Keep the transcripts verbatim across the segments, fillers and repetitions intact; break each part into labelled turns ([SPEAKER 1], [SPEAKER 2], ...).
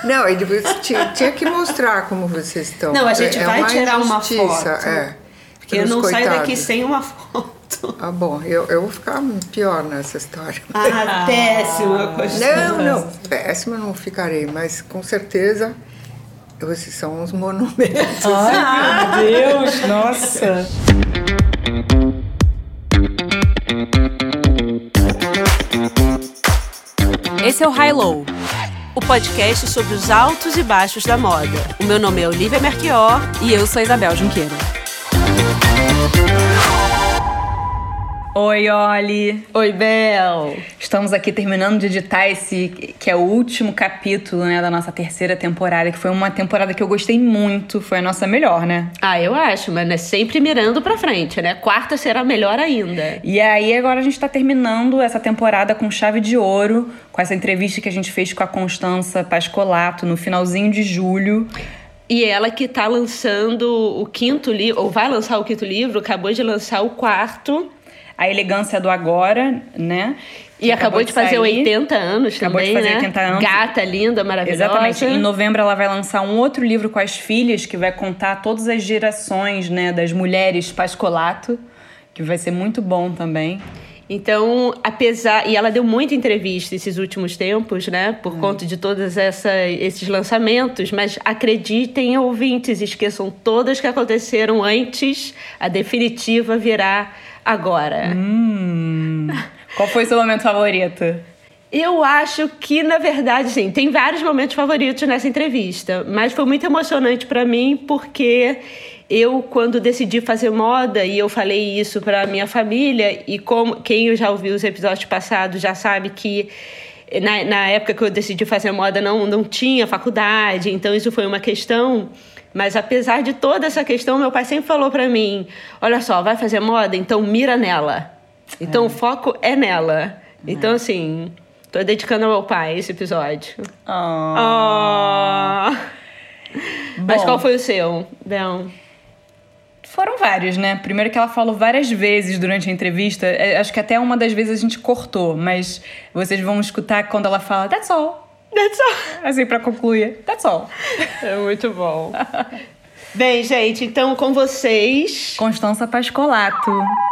[SPEAKER 1] Não, e depois tinha, tinha que mostrar como vocês estão.
[SPEAKER 2] Não, a gente
[SPEAKER 1] é
[SPEAKER 2] vai
[SPEAKER 1] uma
[SPEAKER 2] tirar uma foto.
[SPEAKER 1] É,
[SPEAKER 2] porque eu não
[SPEAKER 1] coitados.
[SPEAKER 2] saio daqui sem uma foto.
[SPEAKER 1] Ah, bom, eu, eu vou ficar pior nessa história.
[SPEAKER 2] Ah, péssima.
[SPEAKER 1] Não, não, péssima não ficarei, mas com certeza vocês são uns monumentos.
[SPEAKER 3] Ah, meu Deus, nossa.
[SPEAKER 4] Esse é o High Low, o podcast sobre os altos e baixos da moda. O meu nome é Olivia Merchior
[SPEAKER 3] e eu sou Isabel Junqueira. Oi, Oli.
[SPEAKER 2] Oi, Bel.
[SPEAKER 3] Estamos aqui terminando de editar esse, que é o último capítulo, né, da nossa terceira temporada, que foi uma temporada que eu gostei muito, foi a nossa melhor, né?
[SPEAKER 2] Ah, eu acho, mas é sempre mirando pra frente, né? Quarta será melhor ainda.
[SPEAKER 3] E aí, agora a gente tá terminando essa temporada com chave de ouro, com essa entrevista que a gente fez com a Constança Pascolato no finalzinho de julho.
[SPEAKER 2] E ela que tá lançando o quinto livro, ou vai lançar o quinto livro, acabou de lançar o quarto...
[SPEAKER 3] A Elegância do Agora, né?
[SPEAKER 2] E acabou, acabou de, de fazer oitenta anos
[SPEAKER 3] acabou
[SPEAKER 2] também,
[SPEAKER 3] de fazer
[SPEAKER 2] né?
[SPEAKER 3] oitenta anos.
[SPEAKER 2] Gata, linda, maravilhosa.
[SPEAKER 3] Exatamente. Em novembro ela vai lançar um outro livro com as filhas, que vai contar todas as gerações, né, das mulheres Pascolato, que vai ser muito bom também.
[SPEAKER 2] Então, apesar... E ela deu muita entrevista esses últimos tempos, né? Por hum. conta de todos essa, esses lançamentos. Mas acreditem, ouvintes, esqueçam todas que aconteceram antes. A definitiva virá agora.
[SPEAKER 3] Hum. Qual foi o seu momento favorito?
[SPEAKER 2] Eu acho que, na verdade, sim, tem vários momentos favoritos nessa entrevista. Mas foi muito emocionante para mim, porque... Eu, quando decidi fazer moda, e eu falei isso para minha família, e como quem já ouviu os episódios passados já sabe que na, na época que eu decidi fazer moda não, não tinha faculdade, então isso foi uma questão. Mas apesar de toda essa questão, meu pai sempre falou para mim, olha só, vai fazer moda? Então mira nela. Então é. O foco é nela. É. Então, assim, tô dedicando ao meu pai esse episódio.
[SPEAKER 3] Oh.
[SPEAKER 2] Oh. Mas qual foi o seu, Bel?
[SPEAKER 3] Foram vários, né? Primeiro que ela falou várias vezes durante a entrevista. Acho que até uma das vezes a gente cortou, mas vocês vão escutar quando ela fala That's all.
[SPEAKER 2] That's all.
[SPEAKER 3] Assim, pra concluir. That's all.
[SPEAKER 2] É muito bom. Bem, gente, então com vocês...
[SPEAKER 3] Constança Pascolato.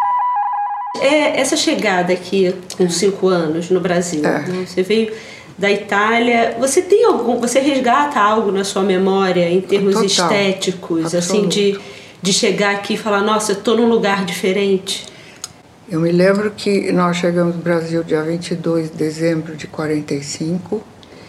[SPEAKER 2] É, essa chegada aqui com cinco anos no Brasil,
[SPEAKER 1] é.
[SPEAKER 2] né? Você veio da Itália. Você tem algum... Você resgata algo na sua memória em termos Total. estéticos, Absoluto. assim, de... de chegar aqui e falar, nossa, eu tô num lugar diferente?
[SPEAKER 1] Eu me lembro que nós chegamos no Brasil dia vinte e dois de dezembro de quarenta e cinco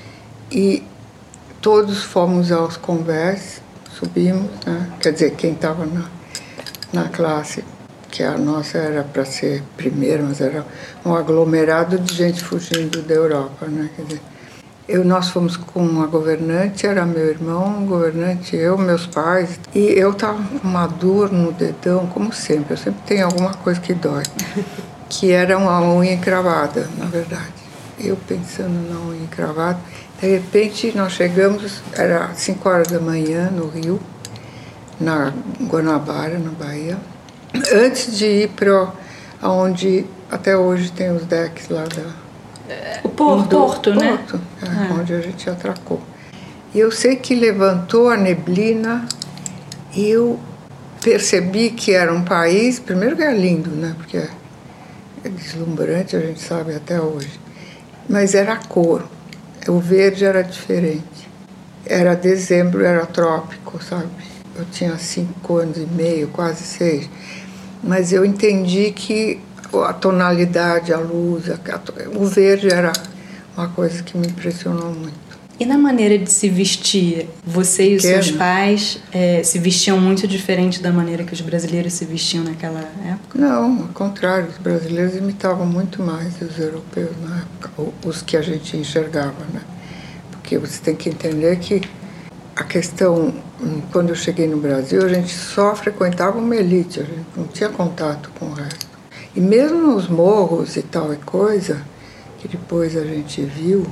[SPEAKER 1] e todos fomos aos Converse, subimos, né? Quer dizer, quem estava na, na classe, que a nossa era para ser primeira, mas era um aglomerado de gente fugindo da Europa, né? Quer dizer, Eu, nós fomos com uma governante, era meu irmão, governante, eu, meus pais. E eu estava com uma dor no dedão, como sempre. Eu sempre tenho alguma coisa que dói. Que era uma unha encravada, na verdade. Eu pensando na unha encravada. De repente, nós chegamos, era cinco horas da manhã, no Rio, na Guanabara, na Bahia. Antes de ir para onde até hoje tem os decks lá da...
[SPEAKER 3] O porto,
[SPEAKER 1] porto,
[SPEAKER 3] né?
[SPEAKER 1] Porto, é, é. Onde a gente atracou. E eu sei que levantou a neblina e eu percebi que era um país, primeiro que é lindo, né? Porque é, é deslumbrante, a gente sabe até hoje. Mas era a cor, o verde era diferente. Era dezembro, era trópico, sabe? Eu tinha cinco anos e meio, quase seis. Mas eu entendi que a tonalidade, a luz, a, o verde era uma coisa que me impressionou muito.
[SPEAKER 3] E na maneira de se vestir, você e os seus pais é, se vestiam muito diferente da maneira que os brasileiros se vestiam naquela época?
[SPEAKER 1] Não, ao contrário, os brasileiros imitavam muito mais os europeus na época, os que a gente enxergava, né? Porque você tem que entender que a questão, quando eu cheguei no Brasil, a gente só frequentava uma elite, a gente não tinha contato com o resto. E mesmo nos morros e tal e coisa, que depois a gente viu,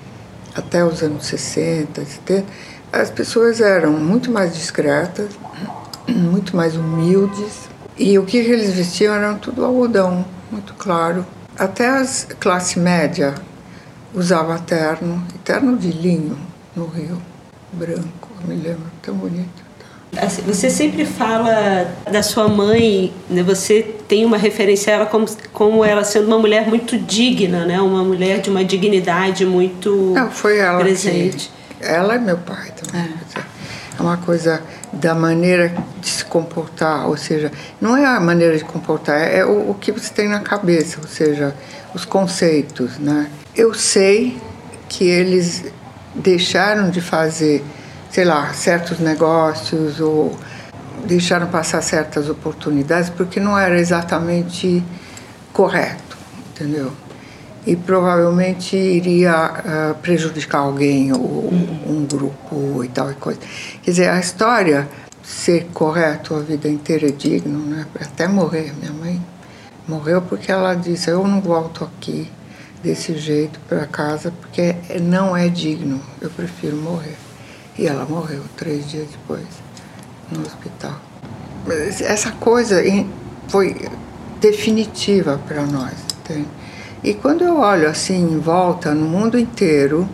[SPEAKER 1] até os anos sessenta, setenta, as pessoas eram muito mais discretas, muito mais humildes, e o que eles vestiam era tudo algodão, muito claro. Até a classe média usava terno, terno de linho, no Rio Branco, eu me lembro, tão bonito.
[SPEAKER 2] Assim, você sempre fala da sua mãe, né? Você tem uma referência a ela como, como ela sendo uma mulher muito digna, né? Uma mulher de uma dignidade muito
[SPEAKER 1] Não, foi ela
[SPEAKER 2] presente.
[SPEAKER 1] Que, ela e meu pai também. É. é uma coisa da maneira de se comportar, ou seja, não é a maneira de comportar, é o, o que você tem na cabeça, ou seja, os conceitos, né? Eu sei que eles deixaram de fazer, sei lá, certos negócios ou deixaram passar certas oportunidades porque não era exatamente correto, entendeu? E provavelmente iria uh, prejudicar alguém ou um grupo e tal e coisa. Quer dizer, a história, ser correto a vida inteira é digno, né? Até morrer. Minha mãe morreu porque ela disse, eu não volto aqui desse jeito para casa porque não é digno, eu prefiro morrer. E ela morreu três dias depois, no hospital. Essa coisa foi definitiva para nós, entende? E quando eu olho assim em volta, no mundo inteiro,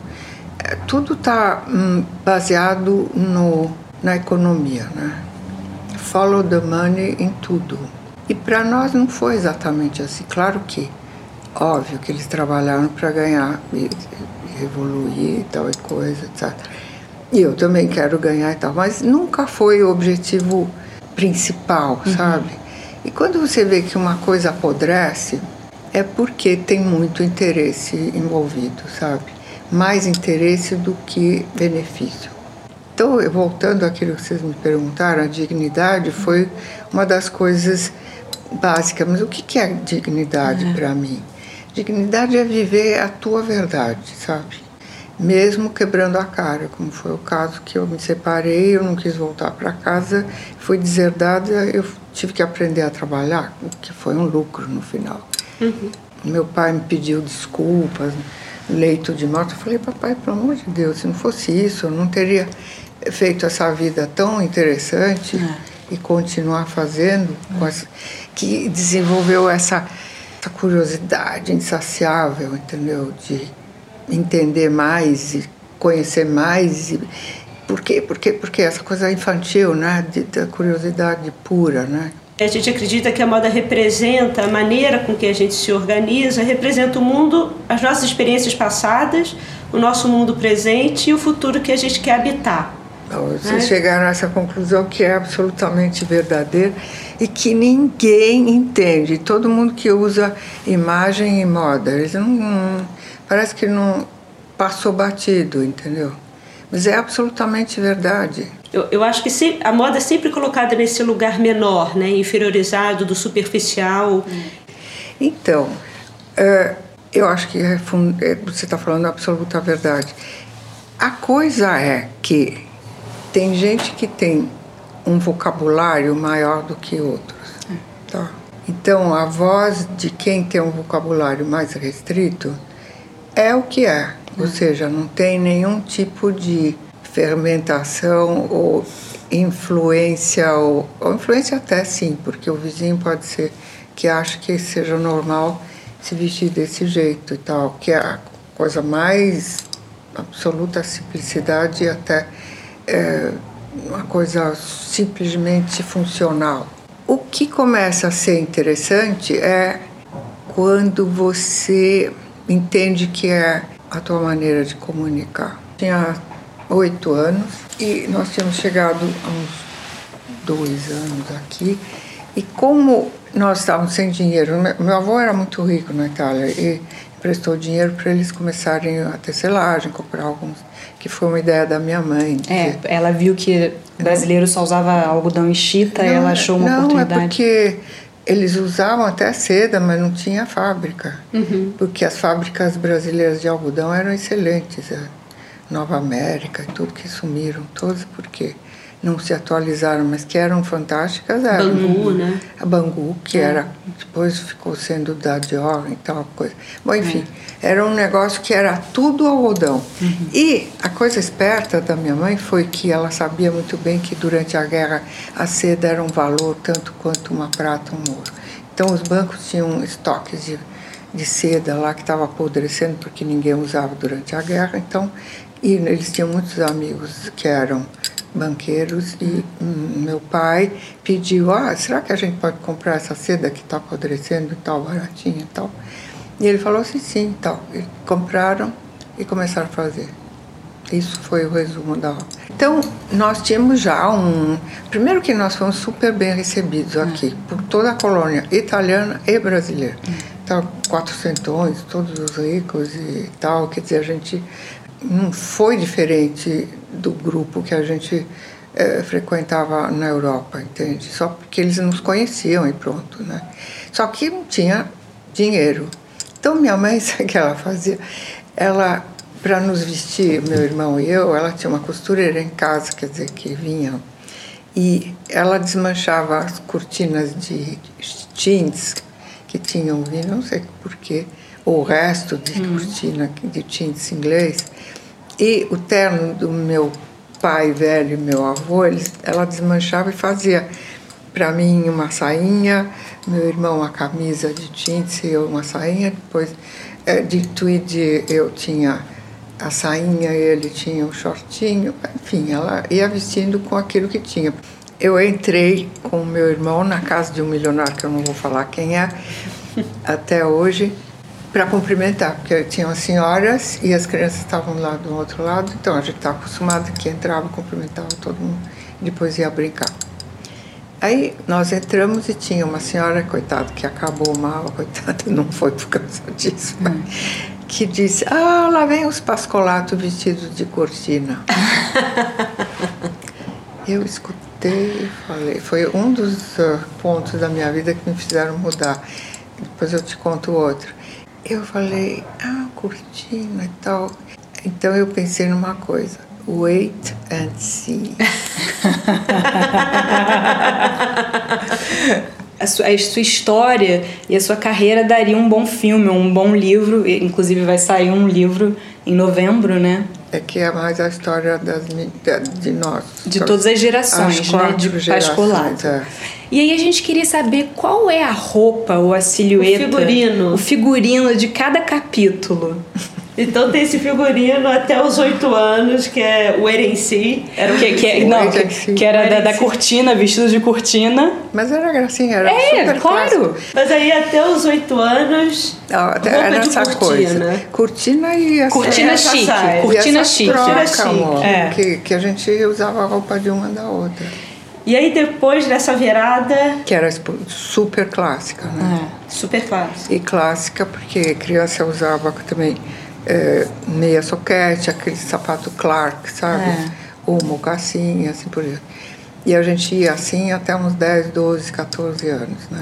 [SPEAKER 1] tudo está hum, baseado no, na economia, né? Follow the money em tudo. E para nós não foi exatamente assim. Claro que, óbvio que eles trabalharam para ganhar e, e evoluir e tal e coisa, etcétera. E eu também quero ganhar e tal, mas nunca foi o objetivo principal, uhum. sabe? E quando você vê que uma coisa apodrece, é porque tem muito interesse envolvido, sabe? Mais interesse do que benefício. Então, voltando àquilo que vocês me perguntaram, a dignidade foi uma das coisas básicas. Mas o que é dignidade uhum. para mim? Dignidade é viver a tua verdade, sabe? Mesmo quebrando a cara, como foi o caso que eu me separei, eu não quis voltar para casa, fui deserdada, eu tive que aprender a trabalhar, o que foi um lucro no final. Uhum. Meu pai me pediu desculpas, leito de morte. Eu falei, papai, pelo amor de Deus, se não fosse isso, eu não teria feito essa vida tão interessante é. e continuar fazendo, é. com essa, que desenvolveu essa, essa curiosidade insaciável, entendeu? De entender mais e conhecer mais. E, por quê? Porque, porque essa coisa infantil, né? De, da curiosidade pura, né?
[SPEAKER 2] A gente acredita que a moda representa a maneira com que a gente se organiza, representa o mundo, as nossas experiências passadas, o nosso mundo presente e o futuro que a gente quer habitar.
[SPEAKER 1] Vocês é? chegaram a essa conclusão que é absolutamente verdadeira e que ninguém entende. Todo mundo que usa imagem e moda, eles não, não, parece que não passou batido, entendeu? Mas é absolutamente verdade.
[SPEAKER 2] Eu, eu acho que sempre, a moda é sempre colocada nesse lugar menor, né? Inferiorizado, do superficial.
[SPEAKER 1] Então, é, eu acho que é, você está falando a absoluta verdade. A coisa é que tem gente que tem um vocabulário maior do que outros. Tá? Então, a voz de quem tem um vocabulário mais restrito é o que é. Ou seja, não tem nenhum tipo de fermentação ou influência, ou, ou influência até sim, porque o vizinho pode ser que ache que seja normal se vestir desse jeito e tal, que é a coisa mais absoluta simplicidade e até é, uma coisa simplesmente funcional. O que começa a ser interessante é quando você entende que é a tua maneira de comunicar. Tinha oito anos e nós tínhamos chegado há uns dois anos aqui e como nós estávamos sem dinheiro, meu avô era muito rico na Itália e emprestou dinheiro para eles começarem a tecelagem, comprar alguns, que foi uma ideia da minha mãe.
[SPEAKER 3] É, ela viu que brasileiro só usava algodão e chita e ela achou uma
[SPEAKER 1] não,
[SPEAKER 3] oportunidade.
[SPEAKER 1] Não, é porque eles usavam até seda, mas não tinha fábrica. Uhum. Porque as fábricas brasileiras de algodão eram excelentes. A Nova América e tudo que sumiram, todas porque não se atualizaram, mas que eram fantásticas. Eram.
[SPEAKER 2] Bangu, né?
[SPEAKER 1] A Bangu, que é. era, depois ficou sendo da Dior e tal coisa. Bom, enfim, é. era um negócio que era tudo algodão. Uhum. E a coisa esperta da minha mãe foi que ela sabia muito bem que durante a guerra a seda era um valor tanto quanto uma prata ou um ouro. Então os bancos tinham estoques de, de seda lá que estava apodrecendo porque ninguém usava durante a guerra. Então, E eles tinham muitos amigos que eram banqueiros e hum, meu pai pediu, ah, será que a gente pode comprar essa seda que está apodrecendo e tal, baratinha e tal? E ele falou assim, sim, tal. E compraram e começaram a fazer. Isso foi o resumo da obra. Então, nós tínhamos já um... Primeiro que nós fomos super bem recebidos aqui, por toda a colônia italiana e brasileira. Então, quatrocentões, todos os ricos e tal, quer dizer, a gente não foi diferente do grupo que a gente é, frequentava na Europa, entende? Só porque eles nos conheciam e pronto, né? Só que não tinha dinheiro. Então, minha mãe, sabe o que ela fazia? Ela... Para nos vestir, meu irmão e eu, ela tinha uma costureira em casa, quer dizer, que vinha. E ela desmanchava as cortinas de jeans que tinham vindo, não sei porquê, ou o resto de hum. cortina de jeans inglês. E o terno do meu pai velho e meu avô, eles, ela desmanchava e fazia para mim uma sainha, meu irmão uma camisa de jeans e eu uma sainha. Depois, de tweed, eu tinha a sainha, ele tinha o shortinho, enfim, ela ia vestindo com aquilo que tinha. Eu entrei com o meu irmão na casa de um milionário, que eu não vou falar quem é, até hoje, para cumprimentar, porque tinham as senhoras e as crianças estavam lá do outro lado, então a gente estava acostumado que entrava, cumprimentava todo mundo, e depois ia brincar. Aí nós entramos e tinha uma senhora, coitada, que acabou mal, coitada, não foi por causa disso, mas... que disse, ah, lá vem os Pascolato vestidos de cortina. Eu escutei e falei, foi um dos uh, pontos da minha vida que me fizeram mudar. Depois eu te conto outro. Eu falei, ah, cortina e tal. Então eu pensei numa coisa, wait and see.
[SPEAKER 3] A sua, a sua história e a sua carreira daria um bom filme, um bom livro. Inclusive vai sair um livro em novembro, né?
[SPEAKER 1] É que é mais a história das, de, de nós.
[SPEAKER 3] De todas as gerações, as né? De Pascolato. É. E aí a gente queria saber qual é a roupa ou a silhueta...
[SPEAKER 2] O figurino.
[SPEAKER 3] O figurino de cada capítulo.
[SPEAKER 2] Então tem esse figurino até os oito anos, que é o Wait and See.
[SPEAKER 3] Era o que, que, é, não, que, que era da, da cortina, vestido de cortina.
[SPEAKER 1] Mas era gracinha, era
[SPEAKER 3] é,
[SPEAKER 1] super
[SPEAKER 3] claro.
[SPEAKER 1] clássico.
[SPEAKER 2] Mas aí até os oito anos,
[SPEAKER 1] ah,
[SPEAKER 2] roupa
[SPEAKER 1] era
[SPEAKER 2] de
[SPEAKER 1] essa
[SPEAKER 2] cortina.
[SPEAKER 1] Coisa. Cortina e essa...
[SPEAKER 3] Cortina chique,
[SPEAKER 1] sai.
[SPEAKER 3] cortina
[SPEAKER 1] e
[SPEAKER 3] chique.
[SPEAKER 1] Troca,
[SPEAKER 2] chique.
[SPEAKER 1] amor,
[SPEAKER 3] é.
[SPEAKER 1] que, que a gente usava a roupa de uma da outra.
[SPEAKER 2] E aí depois dessa virada...
[SPEAKER 1] Que era super clássica, né?
[SPEAKER 2] É. Super clássica.
[SPEAKER 1] E clássica porque criança usava também... É, meia soquete, aquele sapato Clark, sabe? É. Ou mocassim, assim por diante. E a gente ia assim até uns dez, doze, catorze anos, né?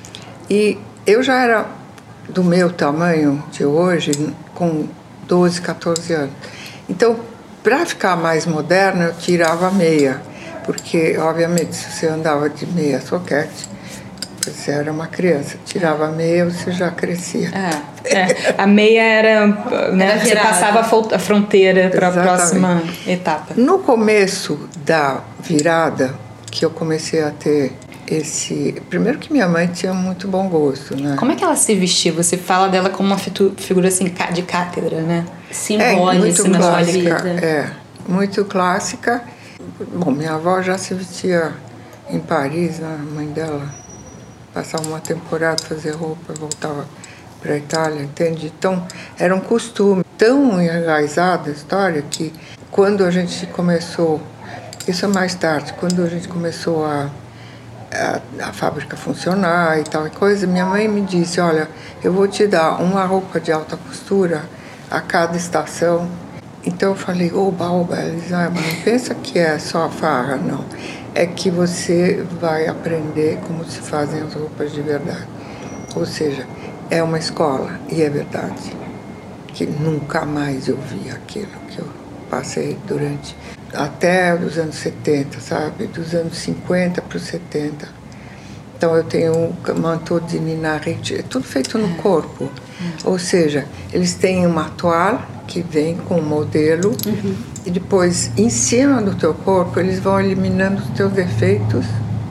[SPEAKER 1] E eu já era do meu tamanho de hoje, com doze, catorze anos. Então, para ficar mais moderna, eu tirava a meia. Porque, obviamente, se você andava de meia soquete, você era uma criança, tirava a meia, você já crescia.
[SPEAKER 3] É, é. A meia era, né, era você passava a fronteira para a próxima etapa.
[SPEAKER 1] No começo da virada, que eu comecei a ter esse... Primeiro que minha mãe tinha muito bom gosto, né?
[SPEAKER 3] Como é que ela se vestia? Você fala dela como uma figura assim, de cátedra, né?
[SPEAKER 2] Simbólica,
[SPEAKER 1] é, muito
[SPEAKER 2] na
[SPEAKER 1] clássica,
[SPEAKER 2] sua vida.
[SPEAKER 1] É, muito clássica. Bom, minha avó já se vestia em Paris, né? A mãe dela passava uma temporada, fazer roupa, voltava para a Itália, entende? Então, era um costume tão enraizado a história que quando a gente começou, isso é mais tarde, quando a gente começou a, a, a fábrica funcionar e tal e coisa, minha mãe me disse, olha, eu vou te dar uma roupa de alta costura a cada estação. Então eu falei, oba, oba, eles, ah, mas não pensa que é só farra, não. É que você vai aprender como se fazem as roupas de verdade. Ou seja, é uma escola, e é verdade, que nunca mais eu vi aquilo que eu passei durante, até os anos setenta, sabe? Dos anos cinquenta para os setenta. Então eu tenho um manteau de Nina Ricci, é tudo feito no corpo. Uhum. Ou seja, eles têm uma toalha que vem com o modelo, uhum. e depois, em cima do teu corpo, eles vão eliminando os teus defeitos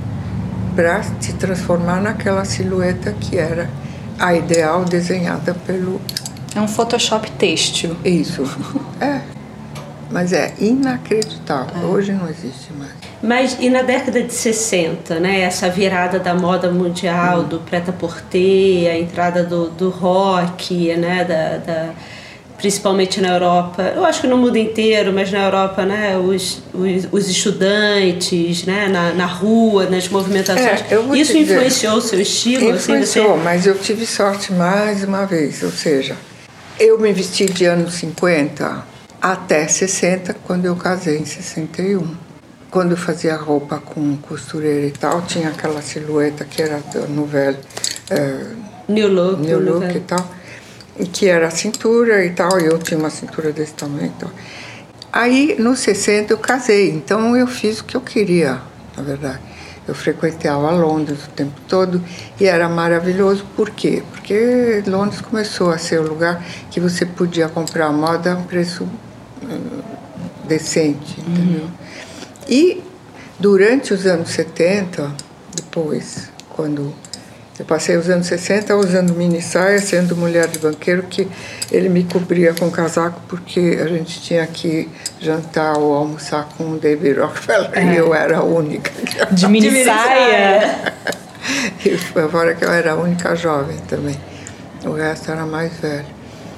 [SPEAKER 1] para te transformar naquela silhueta que era a ideal desenhada pelo...
[SPEAKER 3] É um Photoshop têxtil.
[SPEAKER 1] Isso, é. Mas é inacreditável. Ah. Hoje não existe mais.
[SPEAKER 2] Mas e na década de sessenta, né? Essa virada da moda mundial, hum. do prêt-à-porter, a entrada do, do rock, né? Da, da, principalmente na Europa. Eu acho que no mundo inteiro, mas na Europa, né? Os, os, os estudantes, né? Na, na rua, nas movimentações. É, isso influenciou o seu estilo?
[SPEAKER 1] Influenciou,
[SPEAKER 2] assim, você...
[SPEAKER 1] mas eu tive sorte mais uma vez. Ou seja, eu me vesti de anos cinquenta até sessenta, quando eu casei em sessenta e um. Quando eu fazia roupa com costureira e tal, tinha aquela silhueta que era no velho... É,
[SPEAKER 2] New Look.
[SPEAKER 1] New Look e tal. Que era a cintura e tal, e eu tinha uma cintura desse tamanho e tal. Aí, nos sessenta, eu casei, então eu fiz o que eu queria, na verdade. Eu frequentava Londres o tempo todo e era maravilhoso. Por quê? Porque Londres começou a ser o lugar que você podia comprar moda a um preço uh, decente, entendeu? Uhum. E durante os anos setenta, depois, quando eu passei os anos sessenta usando mini saia, sendo mulher de banqueiro, que ele me cobria com casaco porque a gente tinha que jantar ou almoçar com o David Rockefeller é. e eu era a única.
[SPEAKER 3] De mini saia?
[SPEAKER 1] E fora que eu era a única jovem também. O resto era mais velho.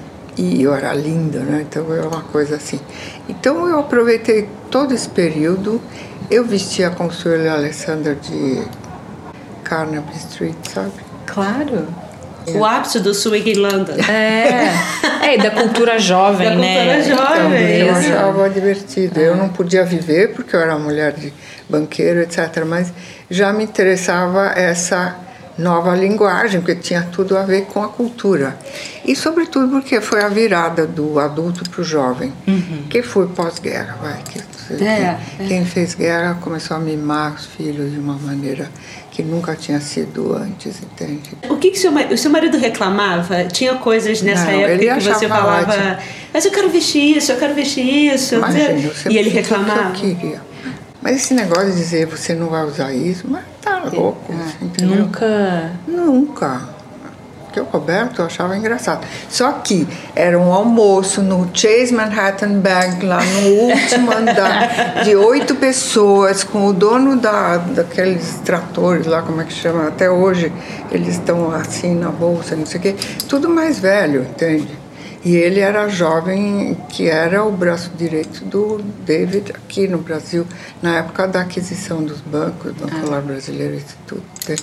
[SPEAKER 1] E eu era linda, né? Então era uma coisa assim. Então eu aproveitei todo esse período. Eu vestia com o Shirley Alexander de Carnaby Street, sabe?
[SPEAKER 3] Claro.
[SPEAKER 2] É. O ápice do swing em London.
[SPEAKER 3] É. É, e da cultura jovem,
[SPEAKER 2] da
[SPEAKER 3] né?
[SPEAKER 2] cultura jovem.
[SPEAKER 1] Então, eu achava divertido. Eu não podia viver porque eu era mulher de banqueiro, etcétera. Mas já me interessava essa nova linguagem, porque tinha tudo a ver com a cultura. E, sobretudo, porque foi a virada do adulto para o jovem, uhum. que foi pós-guerra. Vai, que,
[SPEAKER 3] é,
[SPEAKER 1] quem, quem fez guerra começou a mimar os filhos de uma maneira que nunca tinha sido antes, entende?
[SPEAKER 2] O que, que seu, o seu marido reclamava? Tinha coisas nessa
[SPEAKER 1] Não,
[SPEAKER 2] época que você falava, ótimo. Mas eu quero vestir isso, eu quero vestir isso.
[SPEAKER 1] Imagina, eu
[SPEAKER 2] e ele reclamava?
[SPEAKER 1] O que eu queria. Mas esse negócio de dizer você não vai usar isso, mas tá louco,
[SPEAKER 3] é.
[SPEAKER 1] entendeu?
[SPEAKER 3] Nunca.
[SPEAKER 1] Nunca. Porque o Roberto eu achava engraçado. Só que era um almoço no Chase Manhattan Bank, lá no último andar, de oito pessoas, com o dono da, daqueles tratores lá, como é que chama? Até hoje eles estão assim na bolsa, não sei o quê. Tudo mais velho, entende? E ele era jovem, que era o braço direito do David aqui no Brasil, na época da aquisição dos bancos, Banco Popular Brasileiro e tudo.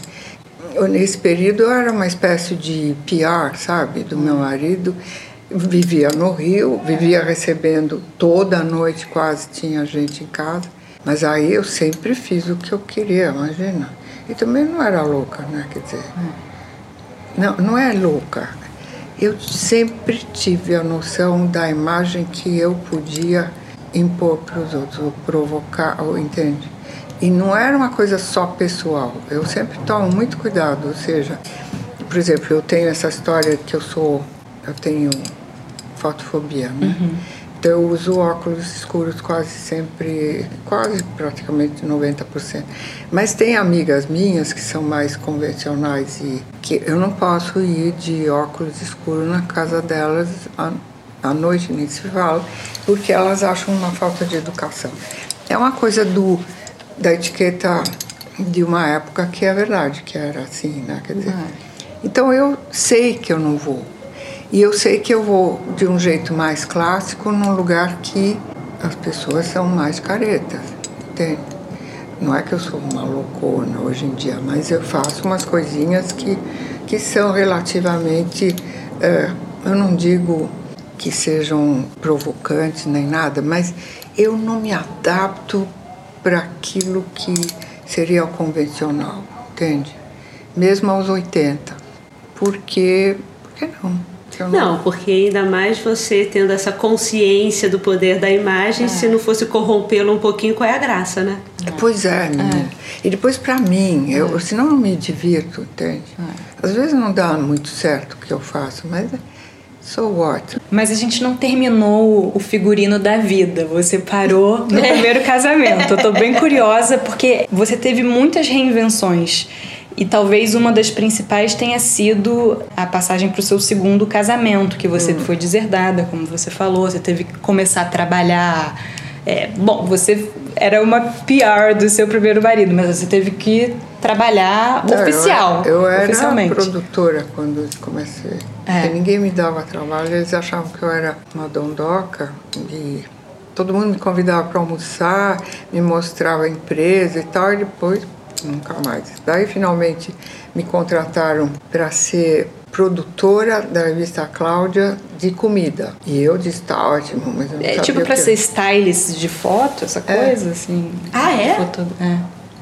[SPEAKER 1] Nesse período eu era uma espécie de P R, sabe, do meu marido. Vivia no Rio, vivia recebendo toda noite, quase tinha gente em casa. Mas aí eu sempre fiz o que eu queria, imagina. E também não era louca, né, quer dizer... Não, não é louca. Eu sempre tive a noção da imagem que eu podia impor para os outros, ou provocar, ou entende? E não era uma coisa só pessoal. Eu sempre tomo muito cuidado, ou seja, por exemplo, eu tenho essa história que eu sou, eu tenho fotofobia, né? Uhum. Então eu uso óculos escuros quase sempre, quase praticamente noventa por cento. Mas tem amigas minhas que são mais convencionais e que eu não posso ir de óculos escuros na casa delas à, à noite, nem se fala, porque elas acham uma falta de educação. É uma coisa do, da etiqueta de uma época que é verdade, que era assim, né? Quer dizer, uhum. Então eu sei que eu não vou. E eu sei que eu vou de um jeito mais clássico num lugar que as pessoas são mais caretas, entende? Não é que eu sou uma loucona hoje em dia, mas eu faço umas coisinhas que, que são relativamente... É, eu não digo que sejam provocantes nem nada, mas eu não me adapto para aquilo que seria o convencional, entende? Mesmo aos oitenta. Porque... Por que não?
[SPEAKER 2] Não, não, porque ainda mais você tendo essa consciência do poder da imagem, é. Se não fosse corrompê-lo um pouquinho, qual é a graça, né?
[SPEAKER 1] É. Pois é, menina. É. E depois pra mim, é. eu, senão eu não me divirto, entende? É. Às vezes não dá muito certo o que eu faço, mas so what?
[SPEAKER 3] Mas a gente não terminou o figurino da vida, você parou no primeiro casamento. Eu tô bem curiosa porque você teve muitas reinvenções. E talvez uma das principais tenha sido a passagem para o seu segundo casamento, que você hum. foi deserdada, como você falou, você teve que começar a trabalhar. É, bom, você era uma P R do seu primeiro marido, mas você teve que trabalhar Não, oficial.
[SPEAKER 1] Eu, eu era
[SPEAKER 3] oficialmente.
[SPEAKER 1] produtora quando comecei. É. Porque ninguém me dava trabalho, eles achavam que eu era uma dondoca e todo mundo me convidava para almoçar, me mostrava a empresa e tal, e depois nunca mais. Daí finalmente me contrataram para ser produtora da revista Cláudia de comida. E eu disse, tá ótimo, mas eu não
[SPEAKER 3] é,
[SPEAKER 1] sabia
[SPEAKER 3] tipo para
[SPEAKER 1] que...
[SPEAKER 3] ser stylist de foto, essa
[SPEAKER 1] é.
[SPEAKER 3] coisa, assim.
[SPEAKER 2] Ah, é?
[SPEAKER 3] Foto, é.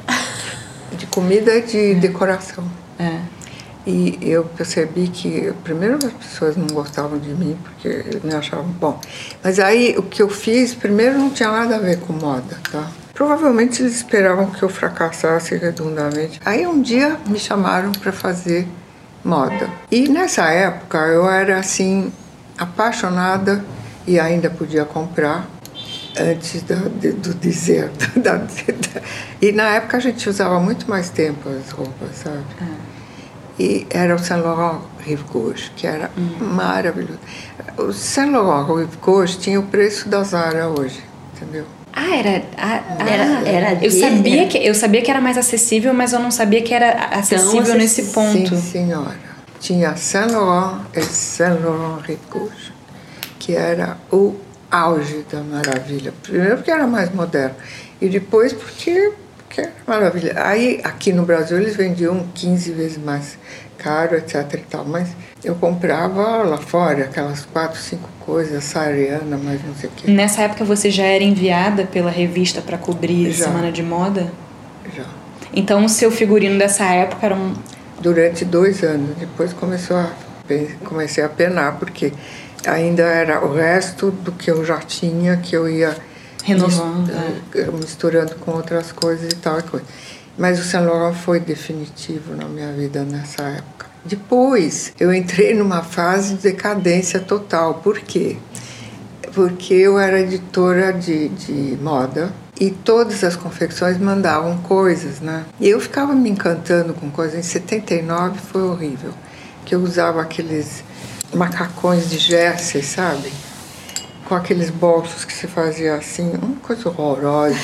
[SPEAKER 1] De comida e de
[SPEAKER 3] é.
[SPEAKER 1] decoração.
[SPEAKER 3] É.
[SPEAKER 1] E eu percebi que, primeiro, as pessoas não gostavam de mim, porque eles me achavam bom. Mas aí, o que eu fiz, primeiro, não tinha nada a ver com moda, tá? Provavelmente eles esperavam que eu fracassasse redondamente. Aí, um dia, me chamaram para fazer moda. E, nessa época, eu era, assim, apaixonada e ainda podia comprar antes da, de, do deserto. Da, da, e, na época, a gente usava muito mais tempo as roupas, sabe? É. E era o Saint Laurent Rive Gauche, que era hum. maravilhoso. O Saint Laurent Rive Gauche tinha o preço da Zara hoje, entendeu?
[SPEAKER 3] Ah, era... Ah,
[SPEAKER 2] era, era
[SPEAKER 3] eu,
[SPEAKER 2] de,
[SPEAKER 3] sabia
[SPEAKER 2] era...
[SPEAKER 3] Que, eu sabia que era mais acessível, mas eu não sabia que era acessível então, nesse ponto.
[SPEAKER 1] Sim, senhora. Tinha Saint Laurent e Saint Laurent Rive Gauche, que era o auge da maravilha. Primeiro porque era mais moderno, e depois porque... Que era maravilha. Aí, aqui no Brasil, eles vendiam quinze vezes mais caro, etc e tal. Mas eu comprava lá fora, aquelas quatro, cinco coisas, Sariana, mas não sei o quê.
[SPEAKER 3] Nessa época, você já era enviada pela revista para cobrir já. Semana de Moda?
[SPEAKER 1] Já.
[SPEAKER 3] Então, o seu figurino dessa época era um...
[SPEAKER 1] Durante dois anos. Depois começou a, comecei a penar, porque ainda era o resto do que eu já tinha, que eu ia...
[SPEAKER 3] Renovando,
[SPEAKER 1] misturando com outras coisas e tal e coisa. Mas o Saint Laurent foi definitivo na minha vida nessa época. Depois, eu entrei numa fase de decadência total. Por quê? Porque eu era editora de, de moda e todas as confecções mandavam coisas, né? E eu ficava me encantando com coisas. Em setenta e nove foi horrível, que eu usava aqueles macacões de jersey, sabe? Com aqueles bolsos que se fazia assim, uma coisa horrorosa.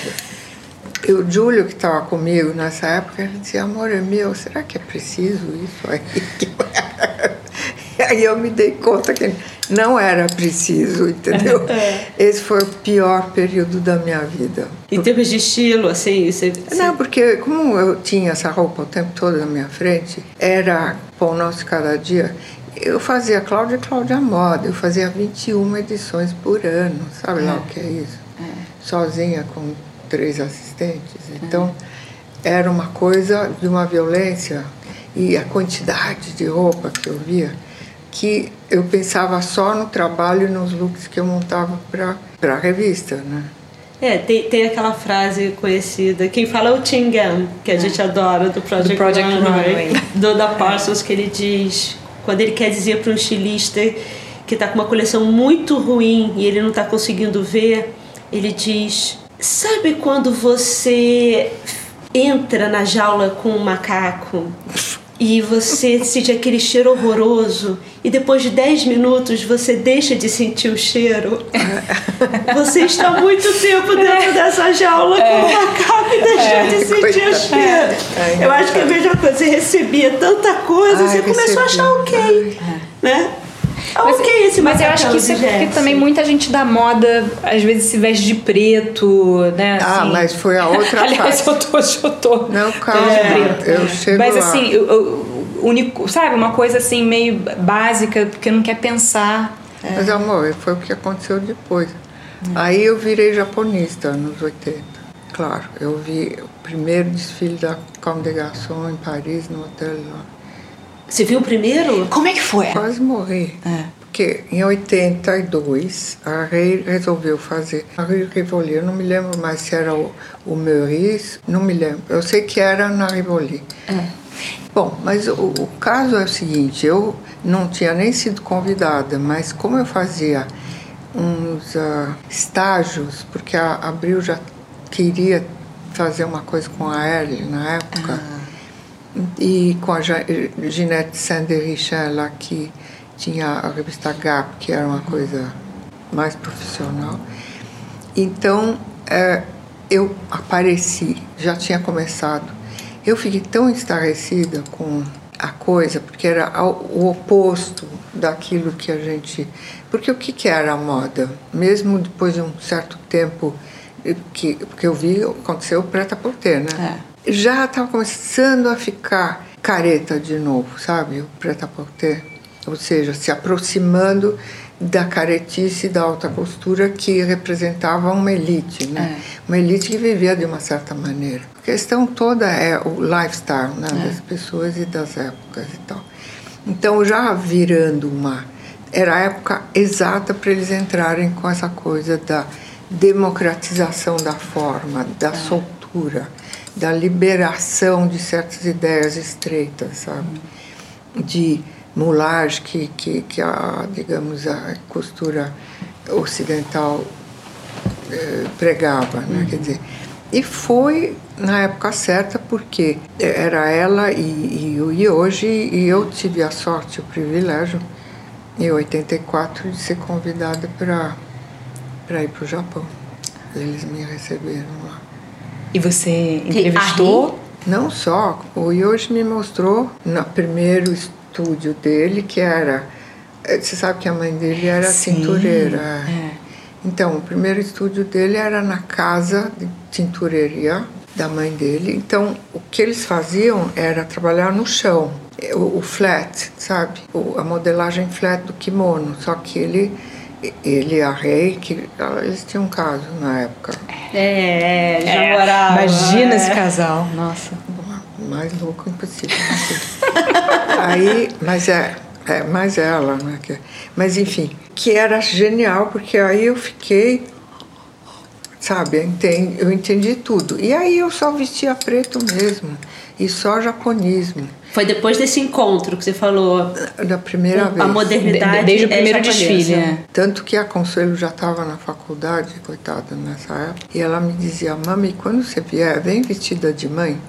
[SPEAKER 1] E o Júlio, que estava comigo nessa época, ele dizia, amor, é meu, será que é preciso isso aí? E aí eu me dei conta que não era preciso, entendeu? É. Esse foi o pior período da minha vida.
[SPEAKER 2] Em termos de estilo, assim? Você, você...
[SPEAKER 1] Não, porque como eu tinha essa roupa o tempo todo na minha frente, era pão nosso cada dia. Eu fazia Cláudia e Cláudia Moda, eu fazia vinte e uma edições por ano, sabe é. lá o que é isso? É. Sozinha com três assistentes. Então, é. era uma coisa de uma violência e a quantidade de roupa que eu via, que eu pensava só no trabalho e nos looks que eu montava para a revista, né?
[SPEAKER 2] É, tem, tem aquela frase conhecida, quem fala é o Tim Gunn, que a é. gente adora, do Project, do Project Runway, do da Parsons, que ele diz... Quando ele quer dizer para um estilista que está com uma coleção muito ruim e ele não está conseguindo ver, ele diz, sabe quando você entra na jaula com um macaco e você sente aquele cheiro horroroso e depois de dez minutos você deixa de sentir o cheiro? Você está há muito tempo dentro dessa jaula é. com o macaco e deixou é. de sentir Coitado. o cheiro. É. Eu acho que a mesma coisa, você recebia tanta coisa, Ai, você começou recebi. a achar ok, é. né?
[SPEAKER 3] Mas, okay, esse mas eu acho que isso é porque também muita gente da moda às vezes se veste de preto, né?
[SPEAKER 1] Ah,
[SPEAKER 3] assim.
[SPEAKER 1] mas foi a outra
[SPEAKER 3] Aliás,
[SPEAKER 1] fase.
[SPEAKER 3] eu tô, eu tô.
[SPEAKER 1] Não, calma, é, eu chego
[SPEAKER 3] Mas
[SPEAKER 1] lá.
[SPEAKER 3] assim, eu, eu, único, sabe, uma coisa assim meio básica, porque não quer pensar.
[SPEAKER 1] É. Mas amor, foi o que aconteceu depois. É. Aí eu virei japonista nos oitenta. Claro, eu vi o primeiro desfile da Comme des Garçons em Paris, no hotel lá.
[SPEAKER 2] Você viu o primeiro?
[SPEAKER 3] Como é que foi?
[SPEAKER 1] Quase morri. É. Porque em oitenta e dois a Rei resolveu fazer a Rue Rivoli. Eu não me lembro mais se era o, o Meurice, não me lembro. Eu sei que era na Rivoli. É. Bom, mas o, o caso é o seguinte, eu não tinha nem sido convidada, mas como eu fazia uns uh, estágios, porque a Abril já queria fazer uma coisa com a Ellie na época, ah. e com a Ginette Saint-Derichin lá, que tinha a revista Gap, que era uma coisa mais profissional. Então, é, eu apareci, já tinha começado. Eu fiquei tão estarrecida com a coisa, porque era o oposto daquilo que a gente... Porque o que, que era a moda? Mesmo depois de um certo tempo, que, porque eu vi, aconteceu o prêt-à-porter, né? É. Já estava começando a ficar careta de novo, sabe? O prêt-à-porter. Ou seja, se aproximando da caretice da alta costura, que representava uma elite, né? É. Uma elite que vivia de uma certa maneira. A questão toda é o lifestyle, né? É. Das pessoas e das épocas e tal. Então, já virando uma... Era a época exata para eles entrarem com essa coisa da democratização da forma, da é. soltura, da liberação de certas ideias estreitas, sabe? De moulage que, que, que a, digamos, a costura ocidental eh, pregava, né? Uhum. Quer dizer, e foi na época certa, porque era ela e, e, e hoje, e eu tive a sorte, o privilégio, em oitenta e quatro, de ser convidada para para ir para o Japão. Eles me receberam lá.
[SPEAKER 3] E você entrevistou?
[SPEAKER 1] Não só, o Yoshi me mostrou no primeiro estúdio dele, que era... Você sabe que a mãe dele era Sim, tintureira. É. Então, o primeiro estúdio dele era na casa de tintureria da mãe dele. Então, o que eles faziam era trabalhar no chão. O, o flat, sabe? O, a modelagem flat do kimono. Só que ele... Ele e a Rei, que eles tinham um caso na época.
[SPEAKER 3] É, já é, morava. Imagina é. esse casal, nossa.
[SPEAKER 1] Mais louco impossível. Aí, mas é, é mais ela, né? Mas enfim, que era genial, porque aí eu fiquei, sabe, eu entendi, eu entendi tudo. E aí eu só vestia preto mesmo, e só japonismo.
[SPEAKER 2] Foi depois desse encontro que você falou.
[SPEAKER 1] Da primeira
[SPEAKER 2] a
[SPEAKER 1] vez.
[SPEAKER 2] A modernidade.
[SPEAKER 3] Desde o primeiro
[SPEAKER 2] é
[SPEAKER 3] desfile. É.
[SPEAKER 1] Tanto que a Consuelo já estava na faculdade, coitada, nessa época. E ela me dizia, mami, quando você vier, vem vestida de mãe.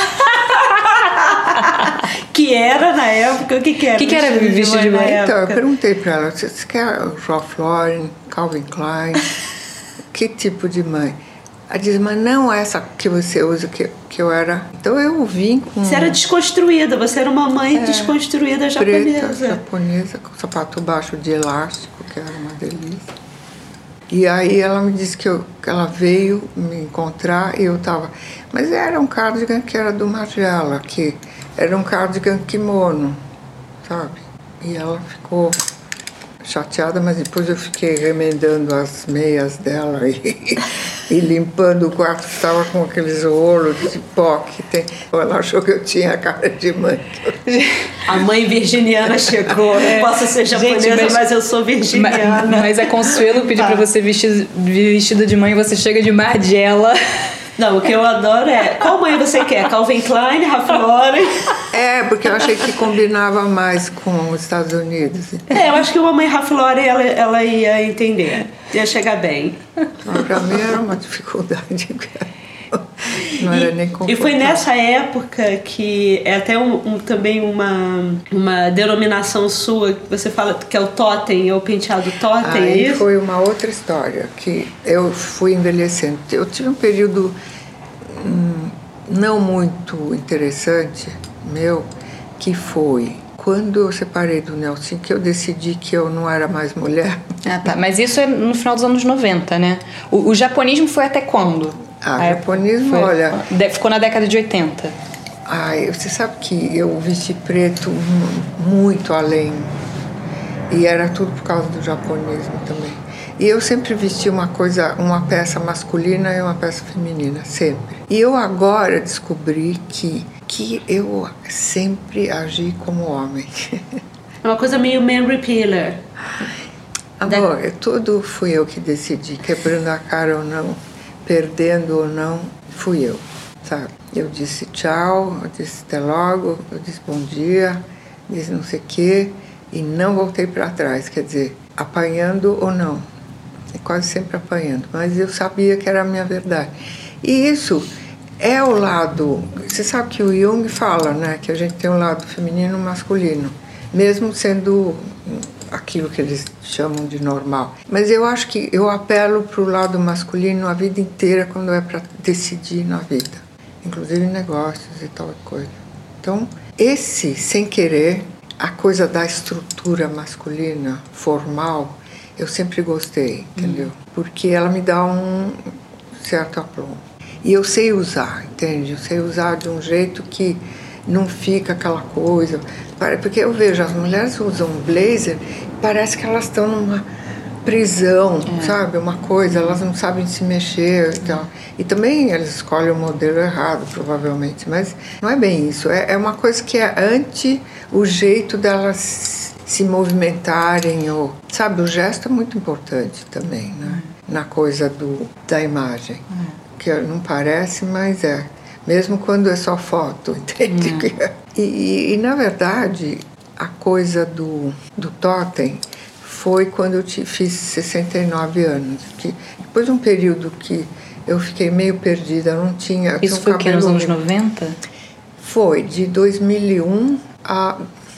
[SPEAKER 2] Que era na época, o que, que era? O
[SPEAKER 3] que, que era vestido de mãe?
[SPEAKER 1] De mãe então, eu perguntei para ela, você quer Ralph Lauren, Calvin Klein? Que tipo de mãe? Ela diz, mas não essa que você usa, que, que eu era... Então eu vim com...
[SPEAKER 2] Você era desconstruída, você era uma mãe é, desconstruída japonesa.
[SPEAKER 1] Preta, japonesa, com sapato baixo de elástico, que era uma delícia. E aí ela me disse que, eu, que ela veio me encontrar e eu tava... Mas era um cardigan que era do Margiela, que era um cardigan kimono, sabe? E ela ficou chateada, mas depois eu fiquei remendando as meias dela e, e limpando o quarto, que estava com aqueles rolos de pó que tem. Ela achou que eu tinha a cara de mãe.
[SPEAKER 2] A mãe virginiana chegou. É. Eu posso ser japonesa, Gente, mas, mas eu sou virginiana.
[SPEAKER 3] Mas, mas a Consuelo pediu tá. para você vestir vestida de mãe e você chega de Margiela.
[SPEAKER 2] Não, o que eu adoro é... Qual mãe você quer? Calvin Klein, Ralph Lauren?
[SPEAKER 1] É, porque eu achei que combinava mais com os Estados Unidos.
[SPEAKER 2] É, eu acho que uma mãe Ralph Lauren, ela, ela ia entender. Ia chegar bem.
[SPEAKER 1] Então, pra mim era uma dificuldade. Não era
[SPEAKER 2] e,
[SPEAKER 1] nem confortável.
[SPEAKER 2] E foi nessa época que é até um, um, também uma, uma denominação sua, que você fala que é o totem, é o penteado totem,
[SPEAKER 1] Aí
[SPEAKER 2] é isso?
[SPEAKER 1] Foi uma outra história, que eu fui envelhecendo. Eu tive um período hum, não muito interessante, meu, que foi quando eu separei do Nelson, que eu decidi que eu não era mais mulher.
[SPEAKER 3] Ah, tá. Mas isso é no final dos anos noventa, né? O, o japonismo foi até quando?
[SPEAKER 1] Ah, o japonismo, foi, olha...
[SPEAKER 3] Ficou na década de oitenta.
[SPEAKER 1] Ai, você sabe que eu vesti preto muito além. E era tudo por causa do japonismo também. E eu sempre vesti uma coisa, uma peça masculina e uma peça feminina, sempre. E eu agora descobri que, que eu sempre agi como homem.
[SPEAKER 2] É uma coisa meio man repealer.
[SPEAKER 1] Amor, da... tudo fui eu que decidi, quebrando a cara ou não, perdendo ou não, fui eu, sabe? Eu disse tchau, eu disse até logo, eu disse bom dia, disse não sei o quê, e não voltei para trás, quer dizer, apanhando ou não, quase sempre apanhando, mas eu sabia que era a minha verdade. E isso é o lado... Você sabe que o Jung fala, né? Que a gente tem um lado feminino e masculino. Mesmo sendo aquilo que eles chamam de normal. Mas eu acho que eu apelo para o lado masculino a vida inteira quando é para decidir na vida. Inclusive em negócios e tal coisa. Então, esse, sem querer, a coisa da estrutura masculina, formal, eu sempre gostei, entendeu? Porque ela me dá um certo aplomo. E eu sei usar, entende? Eu sei usar de um jeito que não fica aquela coisa... Porque eu vejo, as mulheres usam blazer, parece que elas estão numa prisão, é. sabe? Uma coisa, elas não sabem se mexer e tal. E também eles escolhem o modelo errado, provavelmente. Mas não é bem isso. É, é uma coisa que é anti o jeito delas se movimentarem. Ou, sabe, o gesto é muito importante também, né? É. Na coisa do, da imagem. É. Que não parece, mas é. Mesmo quando é só foto, entende? Hum. E, e, e, na verdade, a coisa do, do totem foi quando eu te, fiz sessenta e nove anos. Que depois de um período que eu fiquei meio perdida, não tinha...
[SPEAKER 3] Isso foi o que, nos anos noventa?
[SPEAKER 1] Foi, de dois mil e um a...